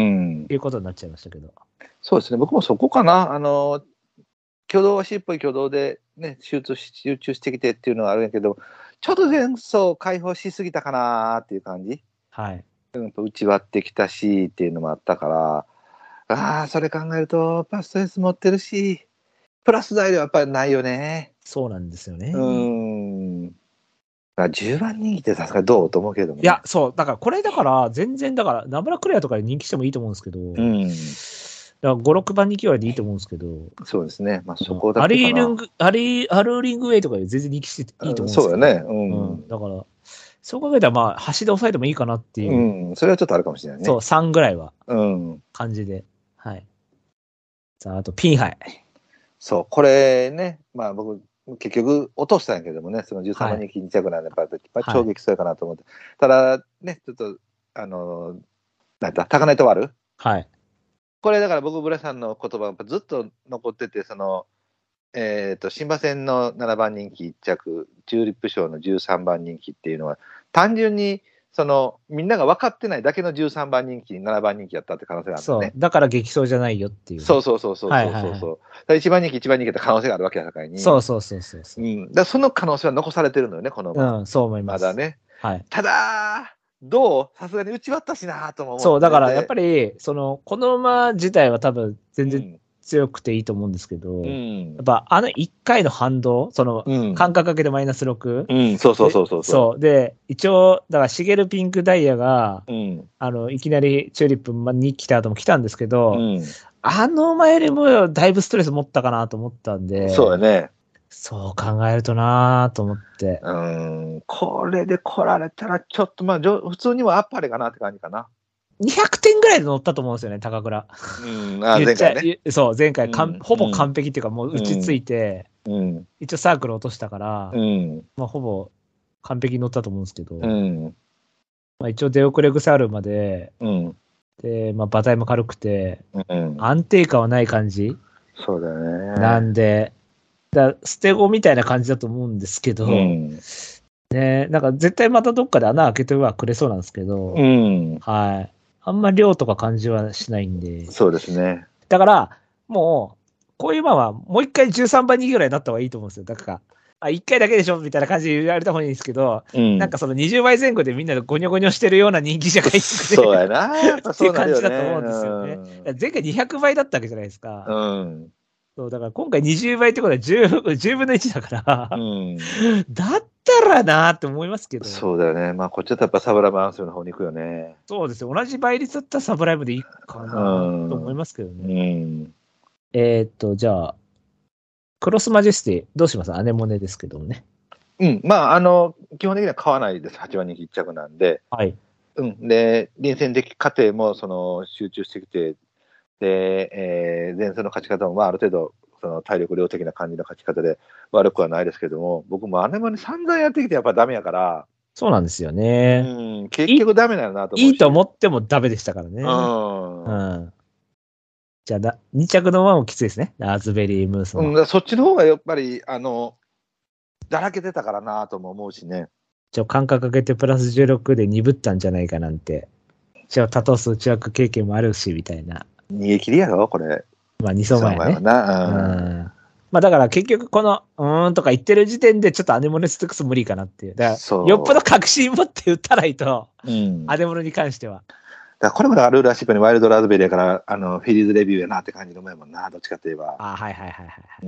いうことになっちゃいましたけど。 そうですね、僕もそこかな、あの挙動はしっぽい挙動で、ね、集中し、集中してきてっていうのはあるんやけど、ちょっと前走解放しすぎたかなっていう感じ、はい、打ち割ってきたしっていうのもあったから、ああ、それ考えると、パストレス持ってるし、プラス材料はやっぱりないよね。 そうなんですよね。 うーん。じゅうばん人気ってさすがにどうと思うけども、ね、 いや、そう、だからこれだから、全然だから、ナブラクレアとかで人気してもいいと思うんですけど、うん。だからご、ろくばん人気はでいいと思うんですけど、 そうですね。まあそこだけかな。 アリーリング、アリー、アルーリングウェイとかで全然人気していいと思うんですけど、 そうだね。うん。 うん、だから、そう考えたら、まあ、端で抑えてもいいかなっていう。 うん、それはちょっとあるかもしれないね。 そう、さんぐらいは。うん。感じで。はい。さあ、あと、ピンハイ。 そう、これね、まあ僕、結局落としたんやけどもね、そのじゅうさんばん人気に着なんで、やっぱり衝撃そうやかなと思って。はい、ただ、ね、ちょっと、あの、なんだ、高値と割る。はい。これだから僕、ブラさんの言葉がずっと残ってて、その、えっと、新馬戦のななばん人気いっ着、チューリップ賞のじゅうさんばん人気っていうのは、単純に、その、みんなが分かってないだけのじゅうさんばん人気、ななばん人気やったって可能性があるんだね。 そう。だから激走じゃないよっていう。 そうそうそうそうそうそう。はいはいはい、いちばん人気、いちばん人気って可能性があるわけやからに。 そうそうそうそうそう。 うん。だからその可能性は残されてるのよね、この馬。 うん、そう思います。 まだね。 はい。 ただ、どうさすがに打ち割ったしなとも思う。 そう、だからやっぱり、その、この馬自体は多分全然強くていいと思うんですけど、うん、やっぱあのいっかいの反動、その、間隔かけてマイナスろく。 うん、そうそうそうそう。 そう。で、一応、だからシゲルピンクダイヤが、うん、あの、いきなりチューリップに来た後も来たんですけど、うん、あの馬よりもだいぶストレス持ったかなと思ったんで、 そうだね。 そう考えるとなぁと思って。 うん、これで来られたらちょっと、まあ、普通にはあっぱれかなって感じかな。 にひゃくてんぐらいで乗ったと思うんですよね、高倉。 うん、あ前回ね。 そう、前回かん、うん、ほぼ完璧っていうか、もう打ちついて、うん、一応サークル落としたから、うん、まあ、ほぼ完璧に乗ったと思うんですけど、うん、 まあ、一応出遅れ癖あるまで、 うん。 で、まあ、馬体も軽くて、 うん。 安定感はない感じそうだよね。 なんで、だ捨て子みたいな感じだと思うんですけど、 うん。 ね、なんか絶対またどっかで穴開けてはくれそうなんですけど、 うん。 はい。あんま量とか感じはしないんで。 そうですね。 だから、もう、こういう馬はもう一回じゅうさんばいにぐらいになった方がいいと思うんですよ。だから、あ、いっかいだけでしょみたいな感じで言われた方がいいんですけど、 うん、 なんかそのにじゅうばいぜん後でみんなでゴニョゴニョしてるような人気じゃないですそうやな。やっぱっていう感そうなるよね。 じだと思うんですよね。うん、前回にひゃくばいだったわけじゃないですか。 うん。 そう、だから今回にじゅうばいってことはじゅう、じゅうぶんのいちだから、 うん、 だったらなーって思いますけど。 そうだよね。まあこっちだとやっぱサブライブアンスルの方に行くよね。 そうですよ。同じ倍率だったらサブライブでいいかなと思いますけどね。 うん。 えー、っと、じゃあ、クロスマジェスティ、どうします？アネモネですけどもね。 うん。まあ、あの、基本的には買わないです。はちばん人気いっ着なんで。 はい。 うん。で、臨戦的過程も、その、集中してきて、で、えー、前線の勝ち方も、まあ、ある程度、その、体力量的な感じの勝ち方で悪くはないですけども、僕もアネモネ散々やってきてやっぱダメやから、 そうなんですよね。 うん。結局ダメなのなと思うし。 いいと思ってもダメでしたからね。 うん。 うん。じゃあ、に着のワンもきついですね。ラズベリームースの。 うん、そっちの方がやっぱり、あの、だらけてたからなとも思うしね。 ちょ、間隔かけてプラスじゅうろくで鈍ったんじゃないかなんて。一応、多頭数内枠経験もあるし、みたいな。 逃げ切りやろ、これ。 まあ、に走前ね。 はな。 うん。まあ、だから結局、この、うーんとか言ってる時点で、ちょっとアネモネステックス無理かなっていう。だから、よっぽど確信持って打たないと、うん、アネモネに関しては。 だこれもだからルーラーシップにワイルドラズベリーやから、あの、フィリーズレビューやなって感じの前もんな、どっちかって言えば。 あはいはいはいはい。うん。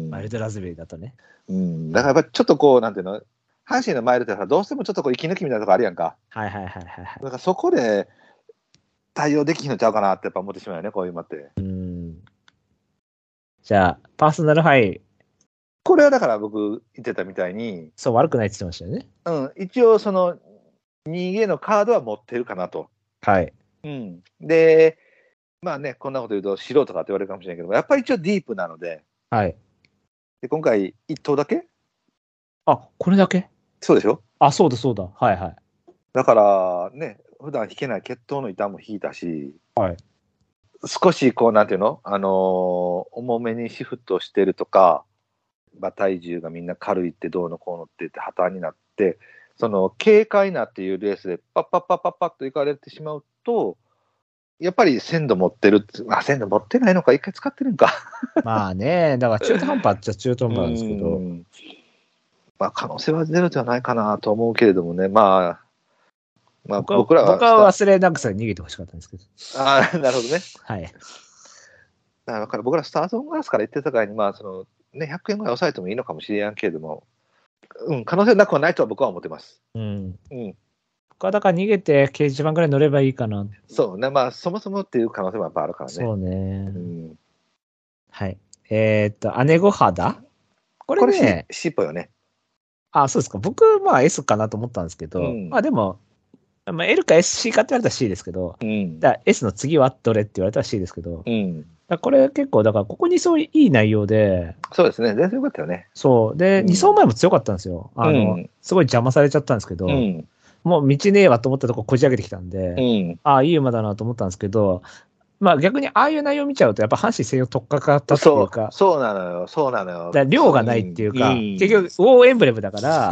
ワイルドラズベリーだとね。 うん。だからやっぱちょっとこう、なんていうの、阪神のマイルってどうしてもちょっとこう息抜きみたいなとこあるやんか。 はいはいはいはい。 だからそこで対応できひんのちゃうかなってやっぱ思ってしまうよね、こういう馬って。うん。 じゃあ、パーソナルハイ。 これはだから僕言ってたみたいに。 そう、悪くないって言ってましたよね。 うん。一応その、逃げのカードは持ってるかなと。 はい。 うん。で、まあね、こんなこと言うと素人かって言われるかもしれないけど、やっぱり一応ディープなので。 はい。 で、今回いっ頭だけ？ あ、これだけ？ そうでしょ？あ、 そうだそうだ。はいはい。 だからね、普段引けない血統の板も引いたし、 はい。 少しこう、なんていうの？あのー、重めにシフトしてるとか、馬体重がみんな軽いってどうのこうのって言って破綻になって、その軽快なっていうレースでパッパッパッパッパッといかれてしまうと、やっぱり鮮度持ってるって、まあ鮮度持ってないのか、一回使ってるんか。まあね、だから中途半端っちゃ中途半端なんですけど。 まあ可能性はゼロではないかなと思うけれどもね、まあ、まあ僕らは。 僕は忘れなくさ逃げてほしかったんですけど。 ああ、なるほどね。 はい。 だから僕らスターズオンガラスから言ってたからに、まあその、ね、ひゃくえんぐらい抑えてもいいのかもしれんけれども、うん、可能性なくはないとは僕は思ってます。うん。うん。 僕はだから逃げて掲示板ぐらい乗ればいいかな。 そうね。まあ、そもそもっていう可能性もやっぱあるからね。 そうね。うん、はい。えー、っと、姉御肌これね。これ C っぽいよね。 あ、そうですか。僕、まあ S かなと思ったんですけど、うん、まあでも、まあ、L か エスシー かって言われたら C ですけど、うん、だ S の次はどれって言われたら C ですけど、うん、だこれ結構、だからここにそういい内容で、 そうですね、全然よかったよね。 そう。で、うん、に走前も強かったんですよ。あの、うん、すごい邪魔されちゃったんですけど、うん、もう道ねえわと思ったとここじ上げてきたんで、うん、ああ、いい馬だなと思ったんですけど、まあ逆にああいう内容見ちゃうと、やっぱ阪神専用特化かったっていうか、 そう、そうなのよ、そうなのよ。 だ量がないっていうか、うん、結局、ウォーエンブレムだから、うん、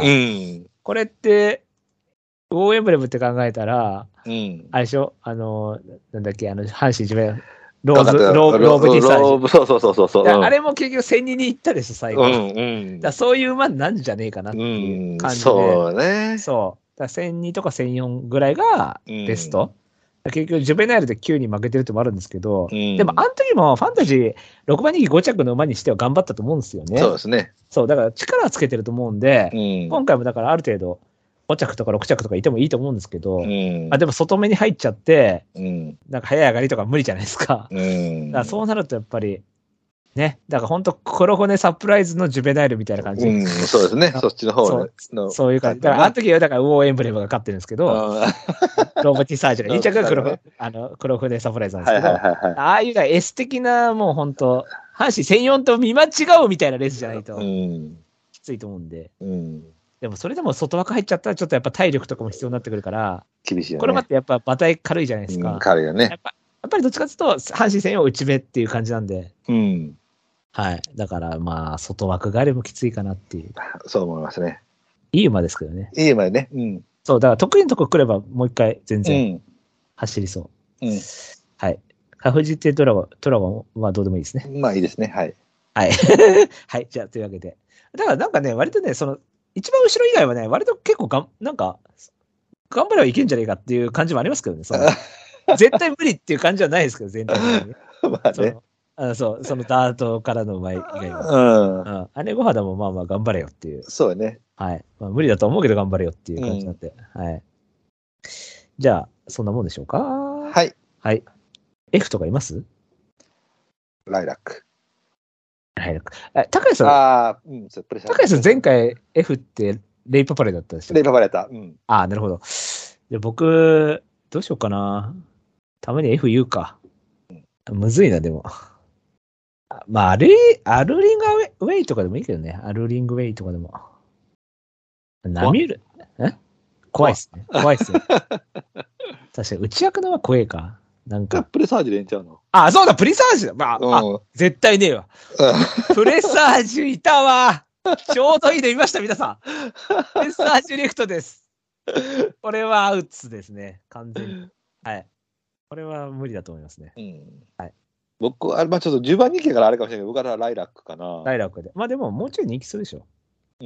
これって、ウォーエンブレムって考えたら、うん、あれでしょあの、なんだっけ、あの、阪神自分、ローズ、ローブ、ローブティサージ。 そうそうそうそう。 あれも結局せんにに行ったでしょ、最後。うんうん、だそういう馬なんじゃねえかなっていう感じで。うん、 そうね。 そう。だせんにとかせんよんぐらいがベスト。うん、結局、ジュベナイルできゅうに負けてるってもあるんですけど、うん、でもあの時もファンタジーろくばん人気ご着の馬にしては頑張ったと思うんですよね。 そうですね。 そう、だから力つけてると思うんで、うん、今回もだからある程度、ご着とかろく着とかいてもいいと思うんですけど、うん、あでも外目に入っちゃって、うん、なんか早い上がりとか無理じゃないですか。うん、だからそうなるとやっぱり、ね、だから本当黒骨サプライズのジュベナイルみたいな感じ。 うん、そうですね、そっちの方の。 そう、そういう感じ。だからあの時はだからウォーエンブレムが勝ってるんですけど、ローボティサージがに着が黒骨、あの黒骨サプライズなんですけど、はいはいはいはい、ああいう S 的なもう本当、阪神専用と見間違うみたいなレースじゃないと、きついと思うんで。うんでもそれでも外枠入っちゃったらちょっとやっぱ体力とかも必要になってくるから、 厳しいよね。 これまってやっぱ馬体軽いじゃないですか。 うん、軽いよね。 やっぱ、やっぱりどっちかというと、阪神戦を内目っていう感じなんで。 うん。 はい。だからまあ、外枠があれもきついかなっていう。 そう思いますね。 いい馬ですけどね。 いい馬よね。うん。 そう、だから得意なとこ来ればもう一回全然走りそう。うん。うん、はい。カフジってドラゴン、ドラゴンはどうでもいいですね。 まあいいですね。はい。 はい。はい。じゃあ、というわけで。だからなんかね、割とね、その、一番後ろ以外はね、割と結構がん、なんか、頑張ればいけんじゃねえかっていう感じもありますけどね。その絶対無理っていう感じはないですけど、全体的に、ね。 まあね。 あそう、そのダートからの馬以外は。うん。あれごはだもまあまあ頑張れよっていう。 そうね。 はい。まあ無理だと思うけど頑張れよっていう感じになって。うん、はい。じゃあ、そんなもんでしょうか。 はい。 はい。F とかいます？ ライラック。 ライラック。え、高橋さん。 ああ、うん、 高橋さん前回 F ってレイパパレだったでしょ？ レイパパレだった。うん。 ああ、なるほど。で僕、どうしようかな。たまに F 言うか。むずいな、でも。まあ、アル、アルリングウェイとかでもいいけどね。アルリングウェイとかでも。ナミュール、え怖いっすね。怖いっすね。確かに、内役のは怖いか。なんか。 プレサージュでいいんちゃうの？ あ、そうだ、プレサージュだ。まあ、 うん、 あ絶対ねえわ。プレサージュいたわ。ちょうどいいの見ました、皆さん。プレサージュリフトです。これはアウツですね。完全に。はい。これは無理だと思いますね。うん、はい。 僕は、まあちょっとじゅうばん人気からあれかもしれないけど、僕はライラックかな。 ライラックで。まあでも、もうちょい人気するでしょ。 うん。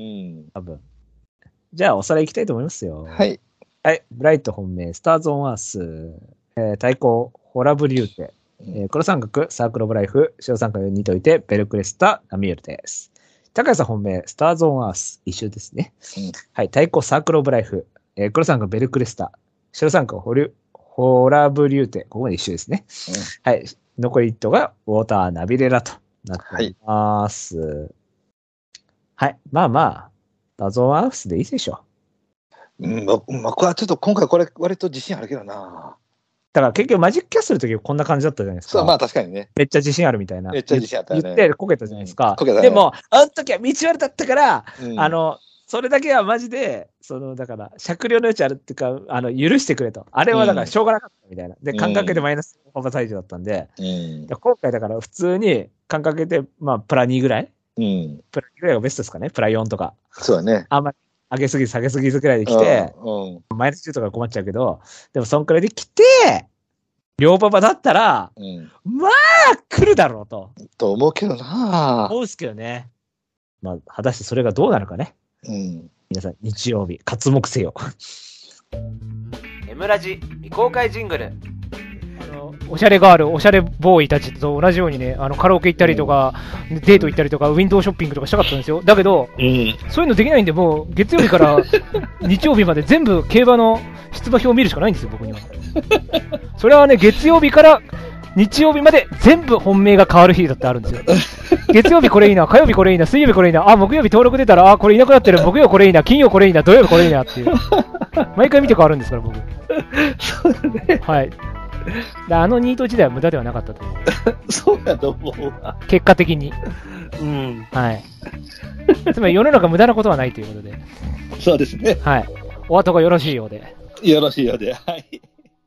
多分。じゃあ、おさらい行きたいと思いますよ。 はい。 はい。ブライト本命、スターズ・オン・アース、えー、対抗、ホラブリューテ、えー、黒三角、サークル・オブ・ライフ、白三角にといて、ベルクレスタ、ナミエルです。高谷さん本命、スターズ・オン・アース、一周ですね。うん、はい。対抗、サークル・オブ・ライフ、えー、黒三角、ベルクレスタ、白三角、ホリュ、ホラブリューテ、ここまで一周ですね。うん、はい。残りいっ頭がウォーターナビレラとなっております。はい。はい、まあまあ、ダゾーンアウスでいいでしょう。うん、僕はちょっと今回これ割と自信あるけどな。 だから結局マジックキャッスルの時こんな感じだったじゃないですか。 そう、まあ確かにね。 めっちゃ自信あるみたいな。 めっちゃ自信あったよね。 言ってこけたじゃないですか。 うん、こけたね。 でも、あの時は道悪だったから、うん、あの、それだけはマジで、その、だから、酌量の余地あるっていうか、あの、許してくれと。あれはだからしょうがなかったみたいな。うん、で、感覚でマイナスオーバーサイズだったんで、うん、今回だから普通に感覚で、まあ、プラにぐらい、うん、プラにぐらいがベストですかね。プラよんとか。 そうだね。 あんまり上げすぎず下げすぎずくらいで来て、うんうん、マイナスじゅうとか困っちゃうけど、でもそんくらいで来て、両パパだったら、うん、まあ、来るだろうと。 と思うけどな思うっすけどね。まあ、果たしてそれがどうなるかね。うん、皆さん日曜日刮目せよ。 エムラジ未公開ジングル。 あのおしゃれガール、おしゃれボーイたちと同じようにね、あのカラオケ行ったりとか、うん、デート行ったりとか、ウィンドウショッピングとかしたかったんですよ。だけど、うん、そういうのできないんで、もう月曜日から日曜日まで全部競馬の出馬表を見るしかないんですよ、僕には。それはね、月曜日から日曜日まで全部本命が変わる日だってあるんですよ。月曜日これいいな、火曜日これいいな、水曜日これいいな、あ、木曜日登録出たら、あ、これいなくなってる、木曜これいいな、金曜これいいな、土曜日これいいなっていう。毎回見て変わるんですから、僕。 そうだね。 はい。あのニート時代は無駄ではなかったと思う。そうだと思うわ。 結果的に。 うん。 はい。つまり世の中無駄なことはないということで。 そうですね。 はい。お後がよろしいようで。 よろしいようで。はい。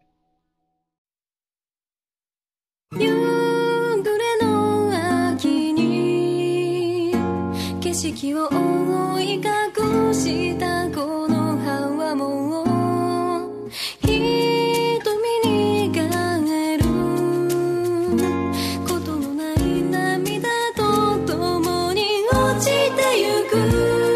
夕暮れの秋に景色を覆い隠したこの葉はもう瞳に変えることのない涙と共に落ちてゆく。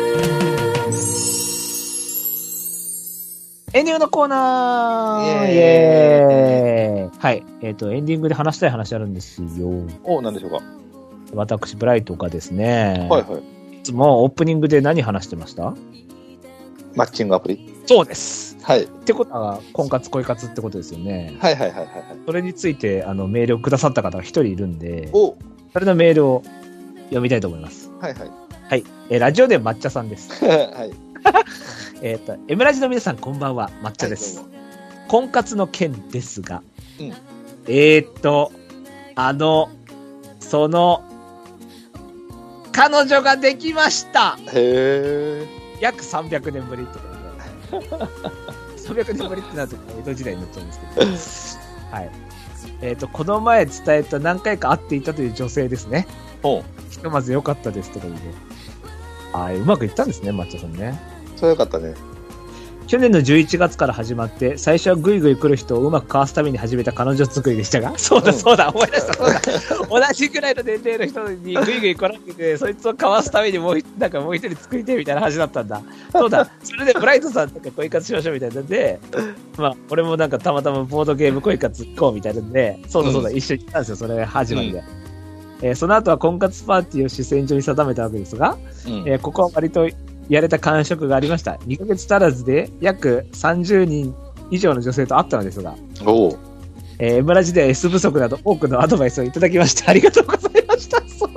エンディングのコーナーイエーイはい。えっ、ー、と、エンディングで話したい話あるんですよ。 お、何でしょうか。 私、ブライトがですね。 はいはい。 いつもオープニングで何話してました？ マッチングアプリ？ そうです。 はい。 ってことは、婚活恋活ってことですよね。 はいはいはいはい。 それについて、あの、メールをくださった方が一人いるんで、 おそれのメールを読みたいと思います。 はいはい。 はい。えー、ラジオで抹茶さんです。 はい。 えっと、エムラジの皆さんこんばんは、抹茶です。はい、婚活の件ですが、うん、えーっと、あの、その、彼女ができました。 へー。 約さんびゃくねんぶりってことで。さんびゃくねんぶりってなると江戸時代になっちゃうんですけど。はい。えっ、ー、と、この前伝えた何回か会っていたという女性ですね。 ほう。 ひとまず良かったですとか言うで。ああ、うまくいったんですね、抹茶さんね。 それ良かったね。 去年のじゅういちがつから始まって、最初はグイグイ来る人をうまくかわすために始めた彼女作りでしたが、そうだそうだ、思い出した、そうだ。同じくらいの年齢の人にグイグイ来られて、そいつをかわすためにもう、なんかもう一人作りたいみたいな話だったんだ。そうだ、それでブライトさんとか恋活しましょうみたいなんで、まあ、俺もなんかたまたまボードゲーム恋活行こうみたいなんで、そうだそうだ、うん、一緒に行ったんですよ、それ始まりで。うんえー、その後は婚活パーティーを主戦場に定めたわけですが、うんえー、ここは割とやれた感触がありました。にかげつ足らずで約さんじゅうにん以上の女性と会ったのですが、 おうえー、村時で S 不足など多くのアドバイスをいただきましてありがとうございました。そう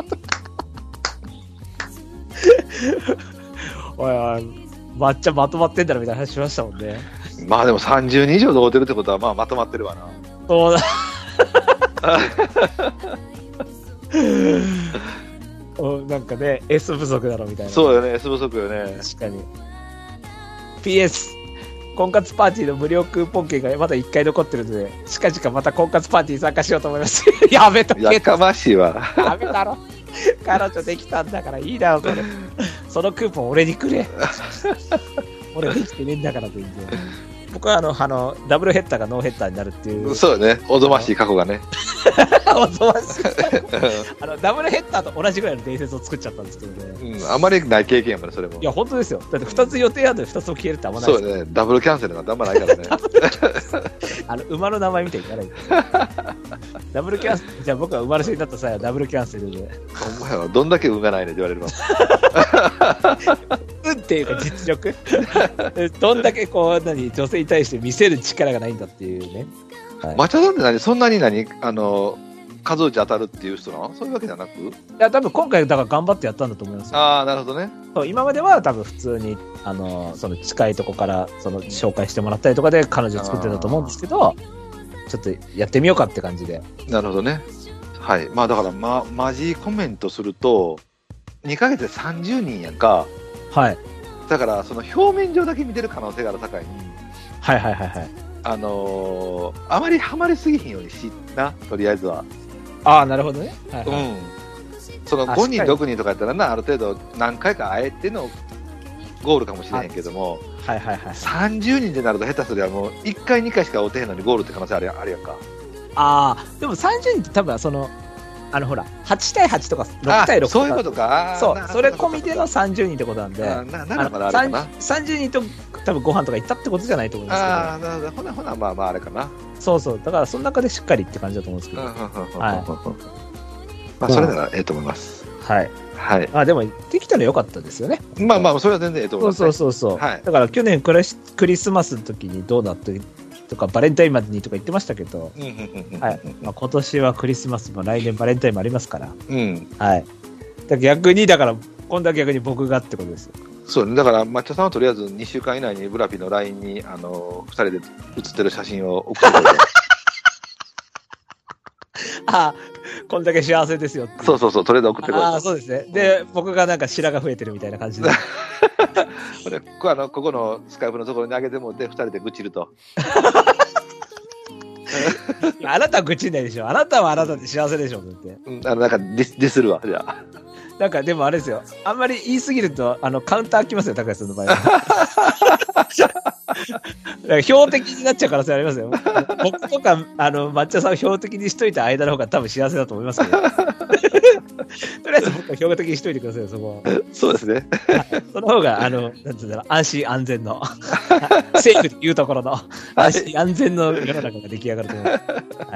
おいおい、抹茶まとまってんだろみたいな話しましたもんね。 まあでもさんじゅうにん以上で会うてるってことはまあまとまってるわな。 そうだ。なんかね S 不足だろみたいな。 そうよね S 不足よね。 確かに。 ピーエス 婚活パーティーの無料クーポン券がまだいっかい残ってるので近々また婚活パーティーに参加しようと思います。やめとけ。 やかましいわ。 やめだろ。彼女できたんだからいいだろそれ。そのクーポン俺にくれ。俺できてねえんだから全然。僕はあの、あの、ダブルヘッダーがノーヘッダーになるっていう。 そうね。おぞましい過去がね。 おぞましい。あの、ダブルヘッダーと同じぐらいの伝説を作っちゃったんですけどね。 うん、あまりない経験やもんね、それも。 いや、本当ですよ。だってふたつ予定あるのにふたつも消えるってあんまないですそうね。ダブルキャンセルなんてあんまないからね。 あの、馬の名前みたいにならない。ダブルキャンセル、じゃあ僕は馬の人になった際はダブルキャンセルで。 お前はどんだけ運がないねって言われるわ。 運っていうか実力どんだけこう、何、女性に対して見せる力がないんだっていうね。 はい、抹茶さんって何そんなに何あの、数打ち当たるっていう人なのそういうわけじゃなくいや、多分今回だから頑張ってやったんだと思いますよ。 ああ、なるほどね。 そう、今までは多分普通に、あの、その近いとこから、その紹介してもらったりとかで彼女作ってたと思うんですけど、ちょっとやってみようかって感じで。 なるほどね。はい。まあだから、ま、マジコメントすると、にかげつでさんじゅうにんやんか。 はい。 だから、その表面上だけ見てる可能性がある高いに。 はいはいはいはい。 あのー、あまりハマりすぎひんようにしな、とりあえずは。 ああ、なるほどね。はいはい、 うん。そのごにん、ろくにんとかやったらな、ある程度何回か会えてのゴールかもしれへんけども、 はいはいはい。 さんじゅうにんでなると下手すりゃもういっかいにかいしか会うてへんのにゴールって可能性あるやん、あるやんか。 ああ、でもさんじゅうにんって多分その、あのほら、はちたいはちとかろくたいろくとか。 そういうことか。 そう、それ込みでのさんじゅうにんってことなんで、 な、ならまだあれかな。 さんじゅうにんと多分ご飯とか行ったってことじゃないと思いますけど。 ああ、なるほど。ほなほな、まあまああれかな。 そうそう。だからその中でしっかりって感じだと思うんですけど。はい。 まあそれならええと思います。 はい。 はい。 あ、でもできたらよかったですよね。 まあまあ、それは全然ええと思います。 そうそうそうそう。はい。だから去年クラクリスマスの時にどうなってとかバレンタインまでにとか言ってましたけど、はい。まあ今年はクリスマスも来年バレンタインもありますから。 うん。 はい。だ逆にだから今度は逆に僕がってことですよ。 そうね。だから抹茶さんはとりあえずにしゅうかん以内にブラピの ライン にあのふたりで写ってる写真を送ってくれて。 ああ、こんだけ幸せですよって。 そうそうそう、とりあえず送ってくれて。 ああ、そうですね。で、僕がなんか白が増えてるみたいな感じで。 でこ, あのここのスカイプのところにあげてもでふたりで愚痴ると。 あなたは愚痴んないでしょ。あなたはあなたで幸せでしょ。だって。 うん、あのなんかディス、ディスるわ。じゃあ。 なんかでもあれですよ。あんまり言いすぎるとあのカウンター来ますよ。高橋さんの場合は。標的になっちゃう可能性ありますよ。僕とかあの抹茶さんを標的にしといた間の方が多分幸せだと思いますけど。とりあえず僕は標的にしといてくださいよ。そこは。そうですね。その方があのなんていうんだろう、安心安全の政府でいうところの安心安全の世の中が出来上がると思います。はい。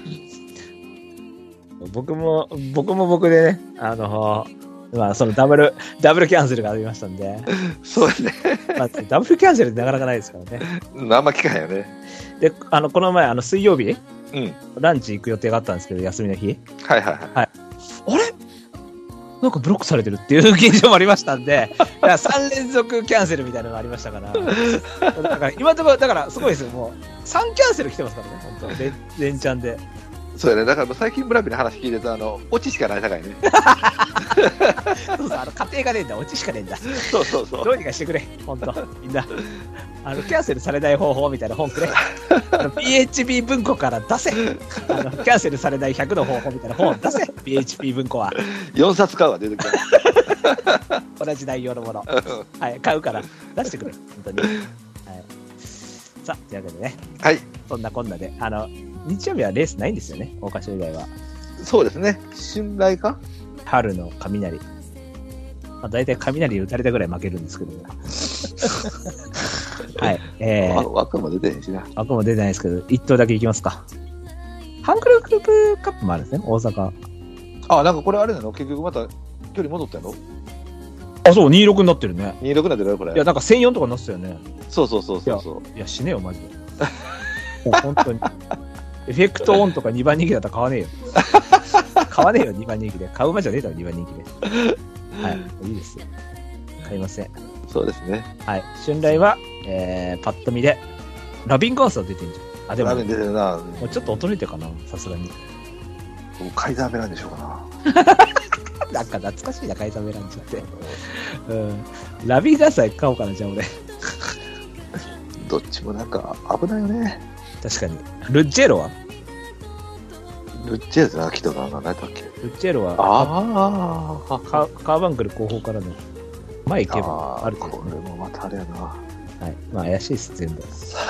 僕も、僕も僕でね、あの、まあ、そのダブル、ダブルキャンセルがありましたんで。 そうですね。 まあ、ダブルキャンセルってなかなかないですからね。 うん、あんま聞かへんよね。で、 あの、この前、あの、水曜日、 うん、 ランチ行く予定があったんですけど、休みの日。 はいはいはい。はい、 あれなんかブロックされてるっていう現象もありましたんで、だからさん連続キャンセルみたいなのがありましたから、だから今のところ、だからすごいですよ、もうさんキャンセル来てますからね、本当連、連チャンで。 そうやね。だから最近村人に話聞いてると、あの、オチしかないさかいね。 そうそう、あの、家庭がねえんだ、オチしかねえんだ。 そうそうそう。 どうにかしてくれ、ほんと。みんな。あの、キャンセルされない方法みたいな本くれ。ピーエイチピー 文庫から出せ。あの、キャンセルされないひゃくの方法みたいな本出せ。ピーエイチピー 文庫は。 よんさつ買うわ、出てくる。 同じ内容のもの。はい、買うから出してくれ、本当に。はい。さあ、というわけでね。 はい。 そんなこんなで、あの、日曜日はレースないんですよね、桜花賞以外は。 そうですね。春雷か春の雷。まあ、大体雷に打たれたぐらい負けるんですけど。はい。えー、 枠も出てへんしな。 枠も出てないですけど、一頭だけいきますか。ハンクルクルクカップもあるんですね、大阪。 あ、なんかこれあれなの結局また距離戻ったのあ、そう、にじゅうろくになってるね。 にじゅうろくになってるよ、これ。 いや、なんかせんよんとかになってたよね。 そうそうそうそうそう。 いや、死ねよ、マジで。もう本当に。エフェクトオンとかにばん人気だったら買わねえよ。買わねえよ、にばん人気で。買うまじゃねえだろ、にばん人気で。はい、いいですよ。買いません。 そうですね。 はい。春雷は、えー、パッと見で、ラビンガースは出てんじゃん。あ、でも、 ラビン出てるな。 もうちょっと衰えてるかな、さすがに。 カイザーベランでしょうかな。 なんか懐かしいな、カイザーベランジって。うん。ラビンガースは買おうかな、じゃあ俺。 どっちもなんか危ないよね。 確かに。ルッチェロはルッチェロは来たかな、何だっけ。 ルッチェロは、 ああ、 カーバンクル後方からの前行けばある程度。 これもまたあれやな。 はい。まあ怪しいっす、全部。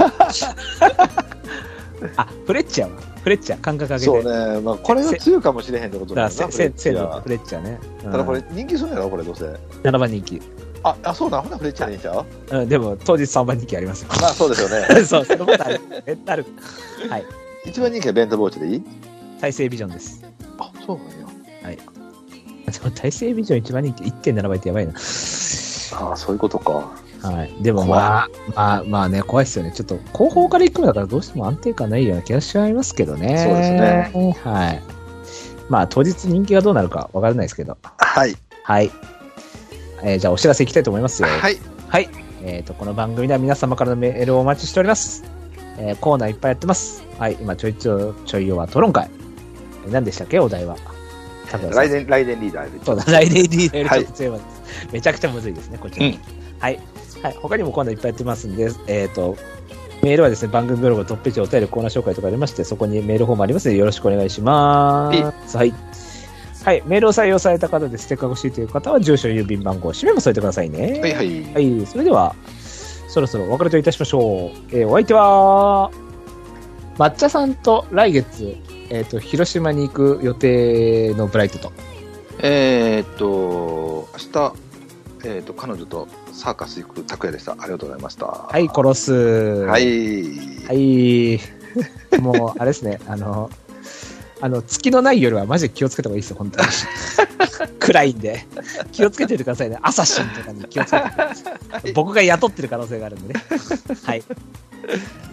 あ、フレッチャーはフレッチャー、感覚上げて。 そうね。まあこれが強いかもしれへんってことだな。だから、せ、せ、フレッチャーね。 ただこれ人気するんやろ、これどうせ。 ななばん人気。 あ、あ、そうだ、ほなフレッチャーでいいんちゃう？ うん、でも当日さんばん人気ありますよ。 まあそうですよね。 そう、そのことある。絶対ある。はい。 一番人気はベントボーチでいい？ 大成ビジョンです。 あ、そうなんや。 はい。でも大成ビジョン一番人気 いってんなな 倍ってやばいな。 ああ、そういうことか。 はい。でもまあ、まあ、まあね、怖いですよね。ちょっと後方から行くのだからどうしても安定感ないような気がしちゃいますけどね。 そうですね。 はい。まあ当日人気がどうなるかわからないですけど。 はい。 はい。えー、じゃあお知らせいきたいと思いますよ。 はい。 はい。えっと、この番組では皆様からのメールをお待ちしております。えー、コーナーいっぱいやってます。はい。今、ちょいちょい、ちょいよは討論会。何でしたっけお題は。 来年、来年リーダーで。 そうだ、来年リーダーよりちょっと強いです、はい。めちゃくちゃむずいですね、こちら、うん。はい。はい。他にもコーナーいっぱいやってますんで、えっと、メールはですね、番組ブログトップページお便りコーナー紹介とかありまして、そこにメールフォームありますのでよろしくお願いします。はい。はい。メールを採用された方でステッカーが欲しいという方は、住所、郵便番号、氏名も添えてくださいね。 はいはい。 はい。それでは、そろそろお別れといたしましょう。えー、お相手は、抹茶さんと来月、えっと、広島に行く予定のブライトと。 えー、っと、明日、えー、っと、彼女とサーカス行く拓也でした。ありがとうございました。 はい、殺す。 はい。 はい。もう、あれですね、あの、あの、月のない夜はマジで気をつけた方がいいですよ、本当に。暗いんで。気をつけておいてくださいね。アサシンとかに気をつけてください。僕が雇ってる可能性があるんでね。はい。